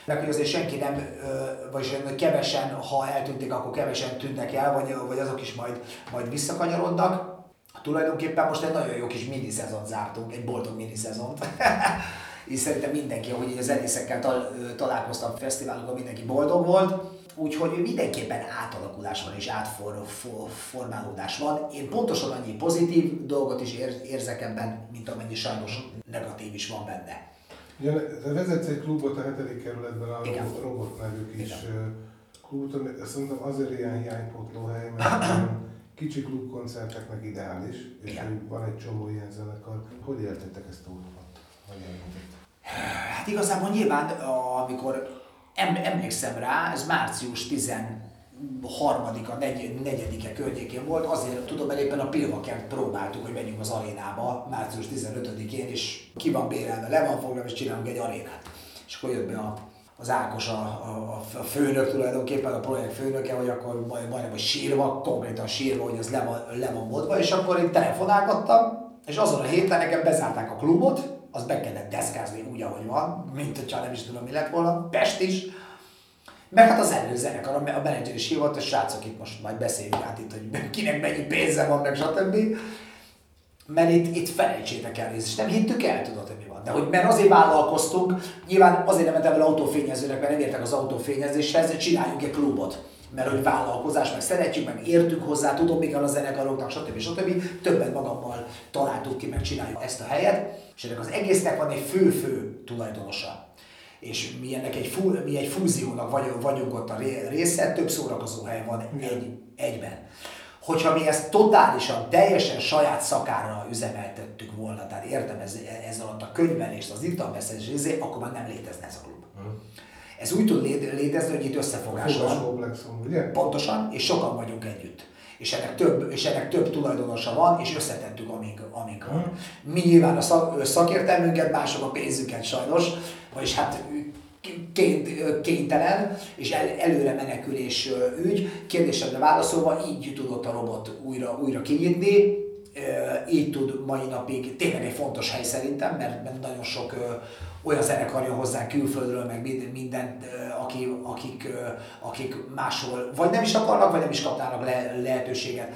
meg hogy azért senki nem, vagyis kevesen, ha eltűnték, akkor kevesen tűnnek el, vagy, vagy azok is majd, majd visszakanyarodnak. Tulajdonképpen most egy nagyon jó kis miniszezont zártunk, egy boldog miniszezont. És szerintem mindenki, ahogy a zenészekkel tal- találkoztam fesztiválokon, mindenki boldog volt. Úgyhogy mindenképpen átalakulás van és átformálódás van. Én pontosan annyi pozitív dolgot is érzek ebben, mint amennyi sajnos negatív is van benne. Ugye, te vezetsz egy klubot a hetedik kerületben, a Igen. Robot nevű kis Igen. klubot, ami szerintem azért ilyen hiánypótló hely, mert kicsi klubkoncerteknek ideális, és Igen. van egy csomó ilyen zenekar. Hogy éltétek ezt a útmat? Hát igazából nyilván, amikor emlékszem rá, ez március tizenharmadika, negyedike környékén volt, azért tudom, mert éppen a Pilvakert próbáltuk, hogy menjünk az arénába március tizenötödikén, és ki van bérelve, le van foglalva, és csinálunk egy arénát. És akkor jött be a, az Ákos, a, a, a főnök tulajdonképpen, a projekt főnöke, hogy akkor majd, majdnem, hogy sírva, konkrétan sírva, hogy ez le van, le van modva, és akkor én telefonálgattam, és azon a héten nekem bezárták a klubot, azt be kellett deszkázni úgy, ahogy van, mint hogyha nem is tudom, mi lett volna, Pest is. Meg hát az előzenekar, a menedzser is hívott, és srácok, itt most majd beszéljünk át itt, hogy kinek mennyi pénze van, meg stb. Mert itt, itt felejtsétek el, és nem hittük el, tudod, hogy mi van. De hogy, mert azért vállalkoztunk, nyilván azért nem mentem el autófényezőnek, mert nem értek az autófényezéshez, csináljunk egy klubot. Mert hogy vállalkozás, meg szeretjük, meg értünk hozzá, tudom, mi kell a zenekaroknak, stb. stb. Többet magammal találtuk ki, meg csináljuk ezt a helyet. És ennek az egésznek van egy fő-fő tulajdonosa. És mi ennek egy, fú, mi egy fúziónak vagyunk, vagyunk ott a része, több szórakozóhely van egy, egyben. Hogyha mi ezt totálisan, teljesen saját szakára üzemeltettük volna, tehát értem ez, ez alatt a könyvelést, az italbeszerzés, akkor már nem létezne ez a klub. Hmm. Ez úgy tud létezni, hogy itt összefogás van. Ugye? Pontosan, és sokan vagyunk együtt. És ennek több, és ennek több tulajdonosa van, és összetettük, amink, amink van. Mi nyilván a szak, szakértelmünket, mások a pénzünket sajnos, vagyis hát ként, kénytelen, és el, előre menekülés ügy. Kérdésedre válaszolva, így tudott a robot újra, újra kinyitni, így tud mai napig, tényleg egy fontos hely szerintem, mert, mert nagyon sok olyan zenekar jön hozzánk külföldről, meg mindent, akik, akik, akik máshol vagy nem is akarnak, vagy nem is kapnának le, lehetőséget.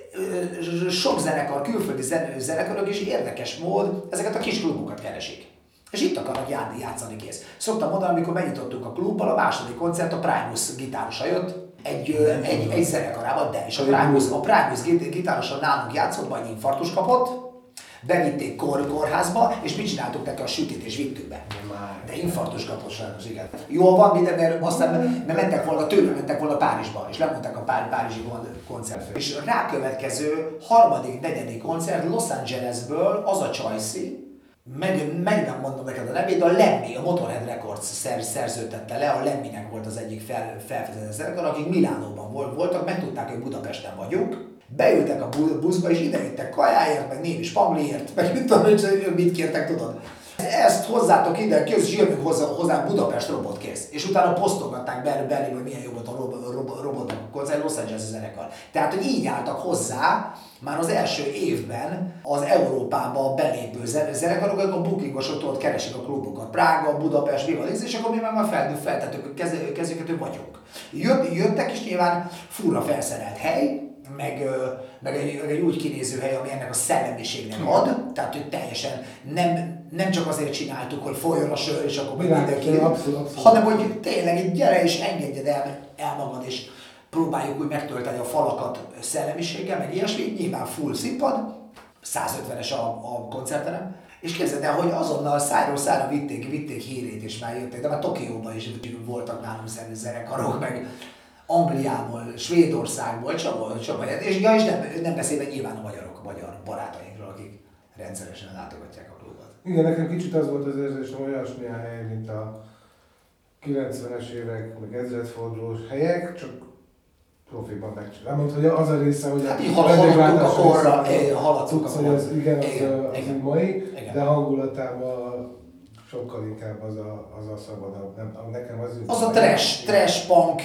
Sok zenekar, külföldi zenekarok is érdekes mód ezeket a kis klubokat keresik. És itt akarnak játszani, kész. Szoktam mondani, amikor megnyitottuk a klubban, a második koncert, a Primus gitárosa jött, egy, egy, egy zenekarában, de és a Primus, a Primus gitárosa nálunk játszott, majd infarktus kapott, bevitték kor, kórházba, és mit csináltuk neki a sütét, és vittük be. De infarktus kapott sajnos, igen. Jól van, minden, mert aztán mert mentek volna, tőle mentek volna Párizsba, és lemondták a Pár, párizsi koncertre. És a rákövetkező harmadik, negyedik koncert Los Angelesből az a Csajci, meg, meg nem mondom neked a nevét, de a Lemmy, a Motorhead Records szer, szerződtette le, a Lemmynek volt az egyik fel, felfedezett zenekar, akik Milánóban voltak, megtudták, hogy Budapesten vagyunk, beültek a buszba, és idejöttek kajáért, meg némi spamliért, meg mit tudom, hogy mit kértek, tudod. Ezt hozzátok ide, kész, és jövünk hozzá, hozzá Budapest robotkész. És utána posztolgatták Berlinbe, hogy milyen jó volt a robot, robot, robot koncert, Los Angeles zenekar. Tehát, hogy így álltak hozzá, már az első évben az Európába belépő zenekarok, a bookingosoktól keresik a klubokat. Prága, Budapest, mi van, és akkor mi már fel, feltettük a kezüket, hogy vagyunk. Jött, jöttek, és nyilván furra felszerelt hely, meg, meg egy, egy úgy kinéző hely, ami ennek a szellemiségnek ad, tehát hogy teljesen nem, nem csak azért csináltuk, hogy folyjon a sör, és akkor mindenki, hanem hogy tényleg gyere és engedjed el, el magad, és próbáljuk úgy megtölteni a falakat szellemiséggel, meg ilyesmi, nyilván full színpad, százötvenes a, a koncerterem, és képzeld el, hogy azonnal szájról szájra vitték, vitték hírét, és már jöttek, de már Tokióban is voltak nálunk zenekarok, meg Angliából, Svédországból, csomó, csomó, és, ja, és nem, nem beszélve nyilván a magyarok, magyar barátainkról, akik rendszeresen látogatják a klubot. Igen, nekem kicsit az volt az érzésem, olyasmi a hely, mint a kilencvenes évek, meg ezredfordulós helyek, csak profiban megcsinál. Mint hogy az a része, hogy hát a haladtunk a korra, haladtunk a korra. Igen, az, igen, az, az igen. mai, igen. De hangulatában sokkal inkább az a, az a szabadabb. Nem, nekem az az a trash, trash punk,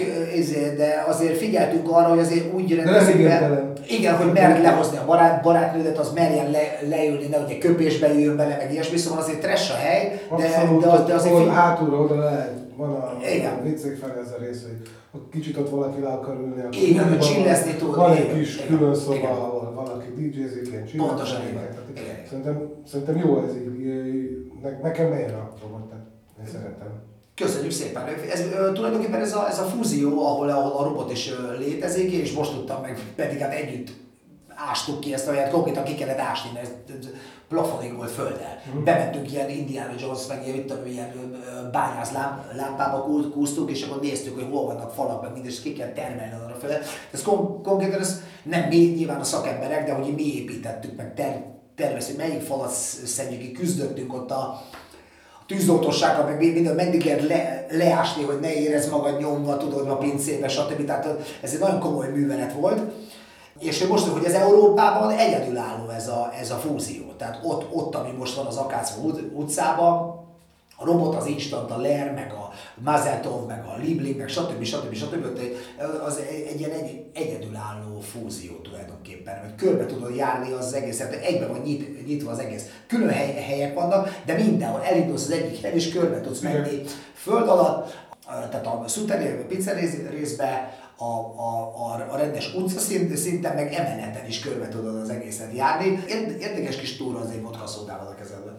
de azért figyeltünk arra, hogy azért úgy rendezik be, igen, hogy merd lehozni a barát, barátnődet, az merjen le, leülni, ne ugye köpésbe jöjjön bele, meg ilyesmi, szóval azért trash a hely, de, abszolút, de, az, de azért figyelj... hátulra oda lehet van a, a viccék felé ez a rész, hogy ha kicsit ott valaki le akar ülni, akkor igen, hogy csillezni tud. Van egy kis igen, külön szoba, igen. ahol valaki dé jézik, ilyen pontosan csillezni. Szerintem, szerintem jó ez így, ne, nekem bejön a robot, tehát én szeretem. Köszönjük szépen! Ez, tulajdonképpen ez a, ez a fúzió, ahol, ahol a robot is létezik, és most tudtam meg, pedig hát együtt ástuk ki ezt, hogy konkrétan ki kellett ásni, mert ez plafonig volt földdel. Mm. Bementünk ilyen Indiana Jones, meg ilyen, ilyen bányász lámpába kúztunk, és akkor néztük, hogy hol vannak falak, meg mindez, ki kell termelni arra fele. Ez kon- konkrétan ez nem mi, nyilván a szakemberek, de hogy mi építettük, meg ter- terveztük, melyik falat szedjük ki, küzdöttünk ott a tűzoltósággal, meg minden, meddig kell le, leásni, hogy ne érezd magad nyomva, tudod, a pincébe, stb. Tehát ez egy nagyon komoly művelet volt. És most, hogy ez Európában egyedülálló ez a, ez a fúzió. Tehát ott, ott, ami most van az Akácó utcában, a robot, az Instant, a Lear, meg a Mazeltov, meg a Liebling, meg stb. stb. stb. Az egy ilyen egy, egyedülálló fúzió tulajdonképpen, hogy körbe tudod járni az egészet, egyben van nyit, nyitva az egész. Külön hely, helyek vannak, de mindenhol elindulsz az egyik helyen, és körbe tudsz menni föld alatt, tehát a szúterében, a pizza részbe, a, a, a, a rendes utca szinten, meg emeleten is körbe tudod az egészet járni. Érdekes kis túra azért vodka szódával a kezedben.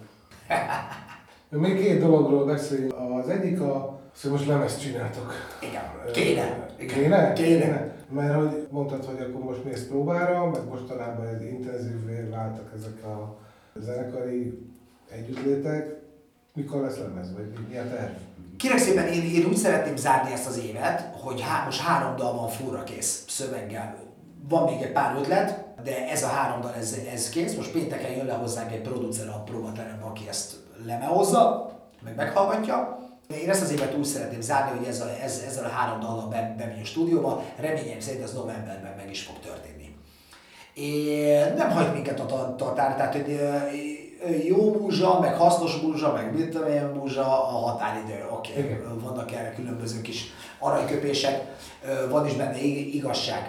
Még két dologról beszéljünk. Az egyik a, hogy most lemezt csináltok. Igen. Kéne. Kéne? Kéne. Mert hogy mondtad, hogy akkor most mész próbára, meg mostanában ez intenzívvé váltak ezek a zenekari együttlétek. Mikor lesz lemez, vagy mi a terv? Kérlek szépen, én, én úgy szeretném zárni ezt az évet, hogy há, most három dal van furra kész szöveggel. Van még egy pár ötlet, de ez a három dal, ez, ez kész. Most pénteken jön le hozzánk egy producer a próbaterembe, aki ezt lemehozza, meg meghallgatja. Én ezt az évet úgy szeretném zárni, hogy ezzel, ez, ezzel a három dallal bemegy a stúdióba. Reményem szerint ez novemberben meg is fog történni. És nem hagy minket a tatár, tehát hogy jó múzsa, meg hasznos múzsa, meg mit tudom én múzsa, a határidő, oké, okay. Vannak erre különböző kis aranyköpések, van is benne igazság.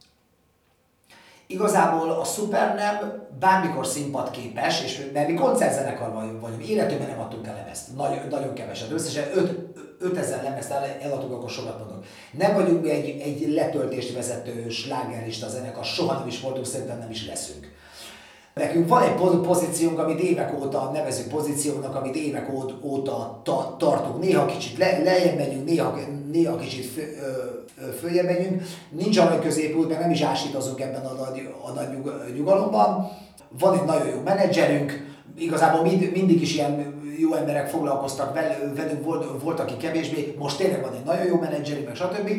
Igazából a Supernem bármikor színpadképes, és mert mi koncertzenekar vagyunk, életünkben nem adtunk el lemezt, nagyon, nagyon keveset, összesen ötezer lemezt eladtuk, akkor sokat mondok. Nem vagyunk mi egy, egy letöltést vezető slágerista zenekar, soha nem is voltunk, szerintem nem is leszünk. Nekünk van egy pozíciónk, amit évek óta nevezünk pozíciónak, amit évek óta ta, tartunk. Néha kicsit le, lejjebb megyünk, néha, néha kicsit fő, ö, följebb megyünk. Nincs arany középút, meg nem is ásítozunk ebben a nagy, a nagy nyug, nyugalomban. Van egy nagyon jó menedzserünk, igazából mind, mindig is ilyen jó emberek foglalkoztak velünk, volt, volt aki kevésbé, most tényleg van egy nagyon jó menedzserünk, meg stb.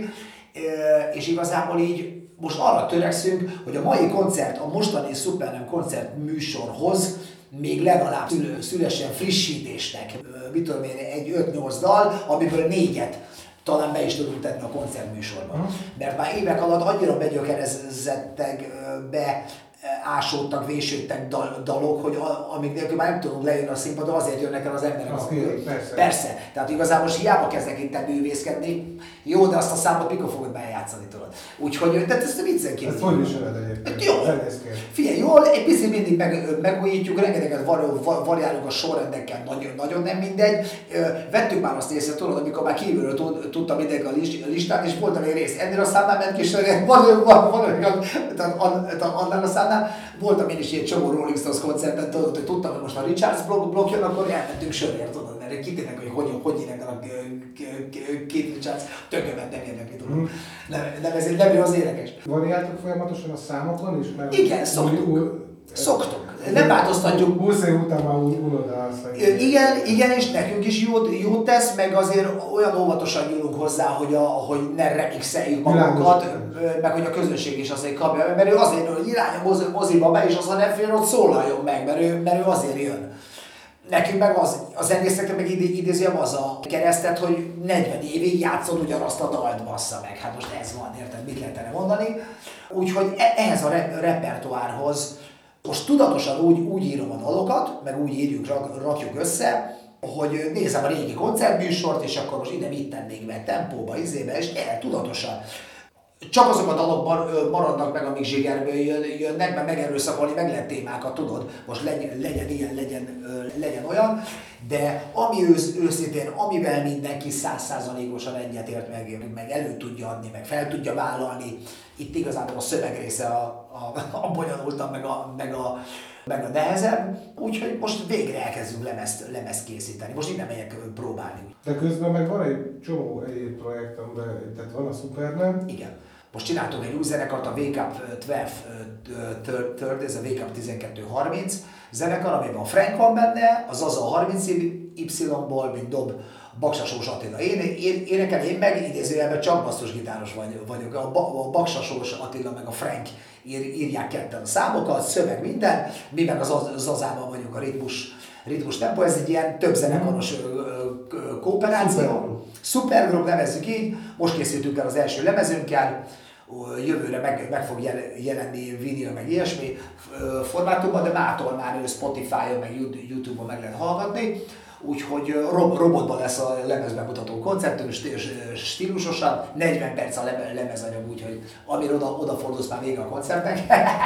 És igazából így most arra törekszünk, hogy a mai koncert, a mostani Supernem koncert műsorhoz még legalább szülessen frissítésnek, mit tudom én, egy öt-nyolc dal, amiből négyet talán be is tudunk tenni a koncertműsorban. Uh-huh. Mert már évek alatt annyira begyökerezettek, be ásódtak, vésődtek dal, dalok, hogy a, amíg nélkül már nem tudunk lejönni a színpadon, azért jönnek el az emberek. Az kér, persze. persze. Tehát igazából most hiába kezdek itt művészkedni, jó, de azt a számot mikor fogod bejátszani, tudod. Úgyhogy, de ezt viccen kívül. Ezt hogy viseled egyébként? Jó. Figyelj, jól, egy picit mindig meg, megújítjuk, rengeteget var, var, variálunk a sorrendekkel, nagyon, nagyon nem mindegy. Vettük már azt észre, tudod, amikor már kívülről tud, tudtam mindenki a listát, és volt egy rész, ennél a számnál ment kis, van, van, van, annál a számnál, voltam én is ilyen csomó Rolling Stones koncerten, tudod, hogy tudtam, hogy most már Richards blog, blog jön, akkor elmentünk sörért, tudod, mert kitérnek, hogy hogy, hogy énekel a két Richards, tökömet nem érdekli, tudod. Mm. Nem, nem, ez nem az érdekes. Variáltok folyamatosan a számokon is? Mert igen, szoktuk. Szoktuk. Nem változtatjuk. húsz év után már unod azt. Igen, igen, és nekünk is jót, jót tesz, meg azért olyan óvatosan nyúlunk hozzá, hogy, a, hogy ne remixeljük magunkat, meg hogy a közönség is azért kapja, mert ő azért, hogy irány a moziba be, és az, ha nem fél, ott szólaljon meg, mert ő, mert ő azért jön. Nekünk meg az, a zenészeknek meg idézőjem az a keresztet, hogy negyven évig játszod ugyanazt a dalt, bassza meg. Hát most ez van, érted, mit lehet erre mondani. Úgyhogy ehhez a re- repertoárhoz most tudatosan úgy, úgy írom a dalokat, meg úgy írjuk, rak, rakjuk össze, hogy nézem a régi koncertműsort, és akkor most ide mit tennék be tempóba, izébe, és el tudatosan. csak azok a dalok maradnak meg, amik zsigerből jönnek, mert megerőszakolni meg lehet témákat, tudod, most legyen, legyen ilyen, legyen, legyen olyan, de ami ősz, őszintén, amivel mindenki száz százalékosan egyetért, meg, meg elő tudja adni, meg fel tudja vállalni, itt igazából a szöveg része a, a, a bonyolultabb, meg a, meg, a, meg a nehezebb, úgyhogy most végre elkezdünk lemezt, lemezt készíteni, most innen megyek próbálni. De közben meg van egy csomó egyéb projekt, amiben, tehát van a Superman. Igen. Most csináltunk egy új zenekart, a Wake Up tizenkettő, ez a Wake Up tizenkettő harminc zenekar, amiben a Frank van benne, az az a harminc Y-ból, mint dob Baksasós Attila. Én, én énekel, én meg idézőjelben csak basszusgitáros vagyok. A, a Baksasós Attila meg a Frank ír, írják ketten a számokat, szöveg minden, mi meg az Zazában vagyunk a ritmus, ritmus tempo, ez egy ilyen több zenekaros kooperáció. Supergroup nevezzük így, most készítünk el az első lemezünkkel, jövőre meg, meg fog jelenni videó, meg ilyesmi formátumban, de mától már Spotify-on, meg YouTube-on meg lehet hallgatni. Úgyhogy robotban lesz a lemezbemutató konceptünk, stílusosan, negyven perc a lemezanyag, úgyhogy amire oda, odafordulsz már vége a koncertnek.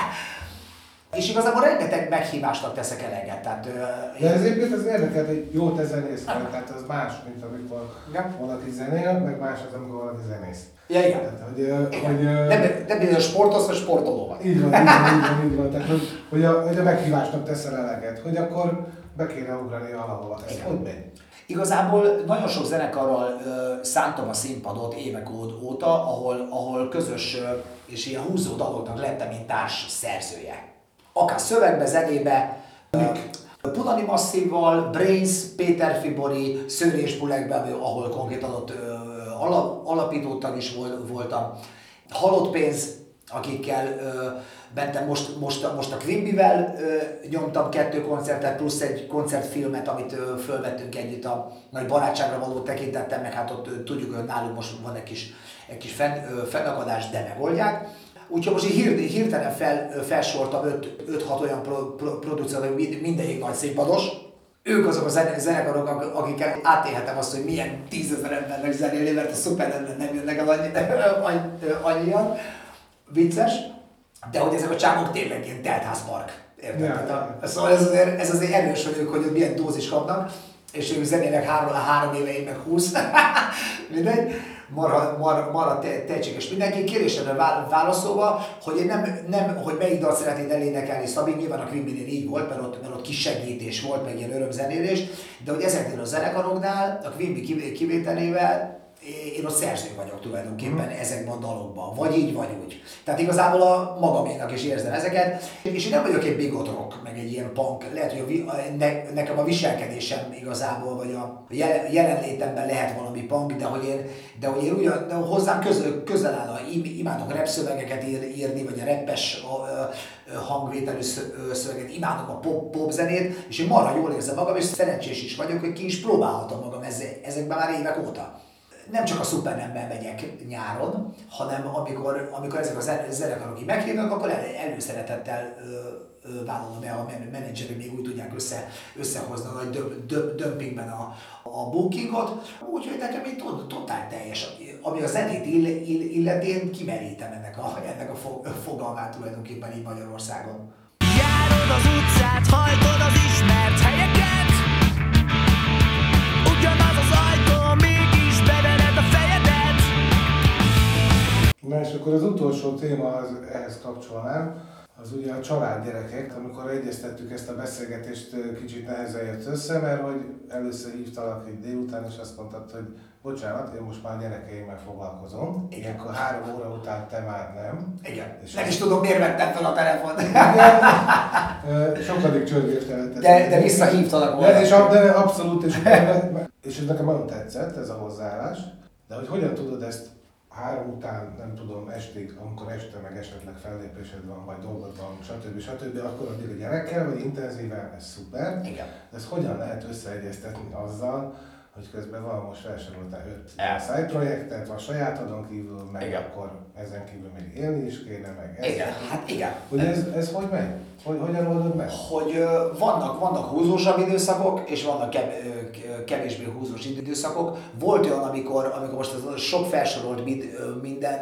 És igazából rengeteg meghívásnak teszek eleget. Tehát, de ez egyébként az érdekel, hogy jó te zenész vagy, tehát az más, mint amikor ja. valaki zenél, meg más az, amikor valaki zenész. Ja, igen. Tehát, hogy, igen. Hogy, nem, nem bizony sportolsz, vagy sportoló vagy. Így van, így van, így van, így van. Tehát, hogy, hogy, a, hogy a meghívásnak teszel eleget, hogy akkor be kéne ugrani valahova. Ez hogy megy? Igazából nagyon sok zenekarral ö, szántam a színpadot évek óta, ahol, ahol közös ö, és ilyen húzó daloknak lettem, mint társ szerzője. Akár szövegbe, zenébe, Punani Masszívval, Brains, Péter Fibori, Szőrés Bulekben, ahol konkrétan ott ö, alap, alapítótag is volt, voltam. Halott pénz, akikkel ö, mentem most, most, most a Quimbyvel ö, nyomtam kettő koncertet, plusz egy koncertfilmet, amit ö, fölvettünk együtt a nagy barátságra való tekintettel, meg hát ott ö, tudjuk, hogy náluk most van egy kis, egy kis fenn, ö, fennakadás, de megoldják. Úgyhogy most így hirtelen fel, felsoroltam öt-hat olyan pro, pro, producert, hogy mindegyik nagy színpados. Ők azok a zenekarok, akikkel átélhetem azt, hogy milyen tízezer embernek zenélni, mert a Superman nem jönnek el annyi, annyian. Vicces. De hogy ezek a csávok tényleg ilyen teltházpark. Érted? Ja. Szóval ez azért, ez azért erős, hogy ők, hogy milyen dózis kapnak. És ők zenélnek három, három éve, én meg húsz. Mindegy. Marha, marha, marha tehetséges mindenki. Kérdésemre válaszolva, hogy én nem, nem, hogy melyik dalt szeretnéd elénekelni, Szabi, nyilván a Quimbynél így volt, mert ott, mert ott kis segítés volt, meg ilyen örömzenélés, de hogy ezeknél a zenekaroknál, a Quimby kivételével, én ott szerző vagyok tulajdonképpen mm. ezekben a dalokban, vagy így, vagy úgy. Tehát igazából a magaménak is érzem ezeket, és én nem vagyok egy bigot rock, meg egy ilyen punk, lehet, hogy a, ne, nekem a viselkedésem igazából, vagy a jelenlétemben lehet valami punk, de hogy én, de hogy én ugyan, de hozzám közel, közel áll, imádok rap szövegeket ír, írni, vagy a rappes hangvételű szöveget, imádok a pop, pop zenét, és én marha jól érzem magam, és szerencsés is vagyok, hogy ki is próbálhatom magam ezekben már évek óta. Nem csak a Supermanben megyek nyáron, hanem amikor, amikor ezek a zenekarok így meghívnak, akkor el, előszeretettel ö, ö, vállalom el, a menedzserek még úgy tudják össze, összehozni a nagy dömpingben a, a bookingot. Úgyhogy nekem így totál teljes. Ami a zenét ill, ill, illet, én kimerítem ennek a, ennek a fogalmát tulajdonképpen így Magyarországon. Járod az utcát, hajtod az ismert helyeket, ugyanaz az ajtó, mégis bevered a fejedet. Na és akkor az utolsó téma az, ehhez kapcsolnám, az ugye a családgyerekek. Amikor egyeztettük ezt a beszélgetést, kicsit nehezen jött össze, mert hogy először hívtalak egy délután, és azt mondtad, hogy bocsánat, én most már gyerekeimmel foglalkozom. Ilyenkor három óra után te már nem. Igen. És nem is tudom, miért vettem fel a telefont. Igen. Sokadik csörgést lehetett. De, de visszahívtalak volna. De, és, de abszolút, és, és ez nekem nagyon tetszett, ez a hozzáállás. De hogy hogyan tudod ezt három után, nem tudom, estig, amikor este meg esetleg fellépésed van, vagy dolgod van, stb. stb. Akkor addig a gyerekkel, vagy intenzíven, ez szuper. Igen. De ezt hogyan lehet összeegyeztetni azzal, hogy közben van most felsoroltál öt side projektet, van sajátodon kívül, meg igen. Akkor ezen kívül még élni is kéne, meg ez. Igen, hát igen. Hogy ez, ez hogy megy? Hogy, hogyan oldod meg? Hogy uh, vannak, vannak húzósabb időszakok, és vannak kev, kevésbé húzós időszakok. Volt olyan, amikor, amikor most ez sok felsorolt minden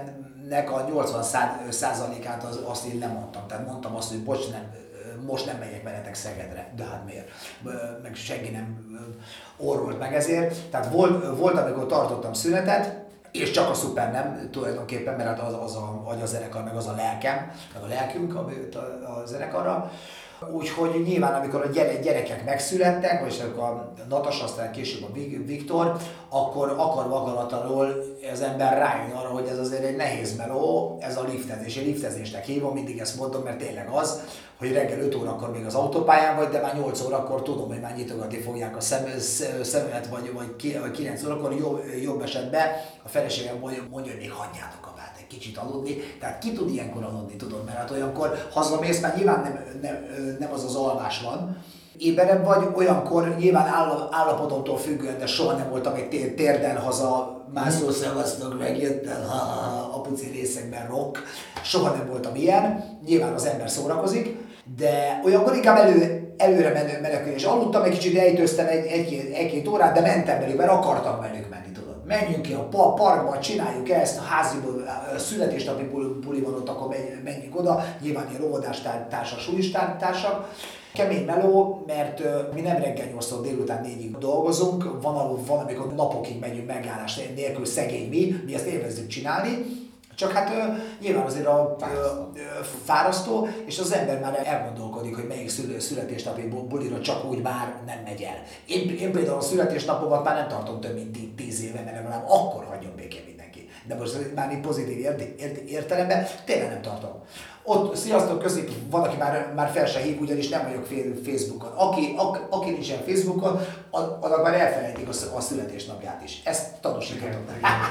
nek a nyolcvan százalékát az, azt én lemondtam. Tehát mondtam azt, hogy bocs, nem, most nem megyek veletek Szegedre, de hát miért? Meg senki nem orrolt meg ezért. Tehát volt, volt amikor tartottam szünetet, és csak a szuper nem tulajdonképpen, mert az, az a, a zenekar, meg az a lelkem, meg a lelkünk a, a zenekarra. Úgyhogy nyilván, amikor a gyere, gyerekek megszülettek, vagy akkor a Natasha, aztán később a Viktor, akkor akarva akaratlanul az ember rájön arra, hogy ez azért egy nehéz meló, ez a liftezés. Én liftezésnek hívom, mindig ezt mondom, mert tényleg az, hogy reggel öt órakor még az autópályán vagy, de már nyolc órakor tudom, hogy már nyitogatni fogják a szem, szememet, vagy, vagy kilenc órakor jobb, jobb esetben a feleségem mondja, mondja, hogy még hagyjátok a bát egy kicsit aludni. Tehát ki tud ilyenkor aludni, tudod, mert hát olyankor hazamész, már nyilván nem, nem, nem az az alvás van. Éberebb vagy, olyankor nyilván állapotomtól függően, de soha nem voltam egy térden haza, mászó szevasztok, megjöttem, ha, ha, ha, apuci részekben rock. Soha nem voltam ilyen, nyilván az ember szórakozik, de olyankor inkább elő, előre menő menekülni, és aludtam egy kicsit, ejtőztem egy, egy, egy-két órát, de mentem velük, mert akartam velük menni, tudod. Menjünk ki a parkba, csináljuk ezt, a háziból, a születésnapi buli van ott, akkor menjünk oda, nyilván ilyen óvodás társak, sulis társak. Kemény meló, mert uh, mi nem reggel nyolctól délután négyig dolgozunk, van, van amikor napokig megyünk megállás nélkül, szegény mi, mi ezt élvezzük csinálni. Csak hát uh, nyilván azért a fárasztó. Uh, fárasztó, és az ember már elgondolkodik, hogy melyik szül- születésnapi bulira csak úgy már nem megy el. Én, én például a születésnapomat már nem tartom több mint tíz éve, mert legalább akkor hagyjon békén mindenki. De most már így pozitív ért- ért- értelemben tényleg nem tartom. Ott, sziasztok, köszik, van, aki már, már fel se hív, ugyanis nem vagyok Facebookon. Aki, ak, aki nincsen Facebookon, annak már elfelejtik a, a születésnapját is. Ezt tanúsítottam.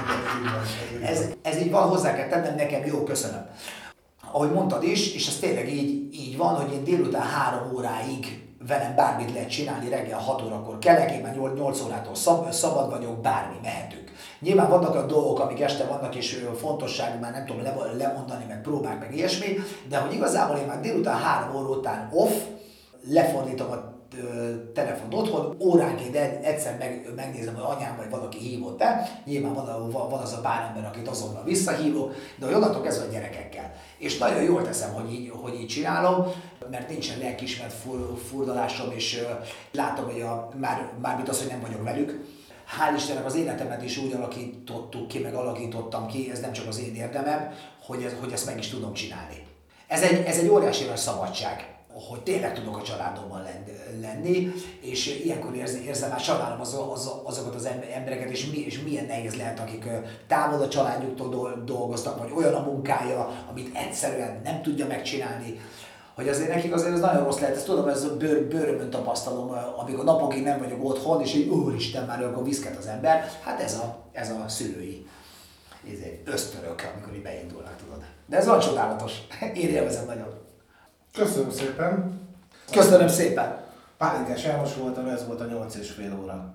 ez, ez így van, hozzá kell tennem, nekem jó, köszönöm. Ahogy mondtad is, és ez tényleg így, így van, hogy én délután három óráig velem bármit lehet csinálni, reggel hat órakor kelek, én már nyolc órától szab, szabad vagyok, bármi, mehetünk. Nyilván vannak a dolgok, amik este vannak, és fontosság már nem tudom lemondani, meg próbák, meg ilyesmi, de hogy igazából én már délután három óra után off, lefordítom a telefont otthon, óránként egyszer meg, megnézem, hogy anyám vagy valaki hívott be, nyilván van, van az a pár ember, akit azonnal visszahívok, de hogy onnantól kezdve a gyerekekkel. És nagyon jól teszem, hogy így, hogy így csinálom, mert nincsen lelkiismeret furdalásom, és látom, hogy a, már, mármint az, hogy nem vagyok velük. Hál' Istennek az életemet is úgy alakítottuk ki, meg alakítottam ki, ez nem csak az én érdemem, hogy, ez, hogy ezt meg is tudom csinálni. Ez egy, ez egy óriási nagy szabadság, hogy tényleg tudok a családommal lenni, és ilyenkor érzem, érzem már sajnálom az, az, azokat az embereket, és, mi, és milyen nehéz lehet, akik távol a családjuktól dolgoztak, vagy olyan a munkája, amit egyszerűen nem tudja megcsinálni, hogy azért nekik azért ez nagyon rossz lehet, ezt tudom, ez bőr, bőrömön tapasztalom, amikor napokig nem vagyok otthon, és így úristen, már akkor viszket az ember, hát ez a, ez a szülői ösztönök, amikor így beindulnak, tudod. De ez olyan csodálatos, én élvezem nagyon. Köszönöm szépen! Köszönöm szépen! Pálinkás János voltam, ez volt a nyolc és fél óra.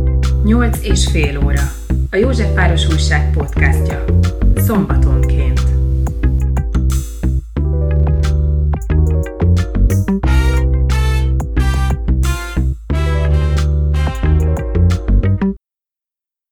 nyolc és fél óra. A Józsefváros Újság podcastja. Szombatonként.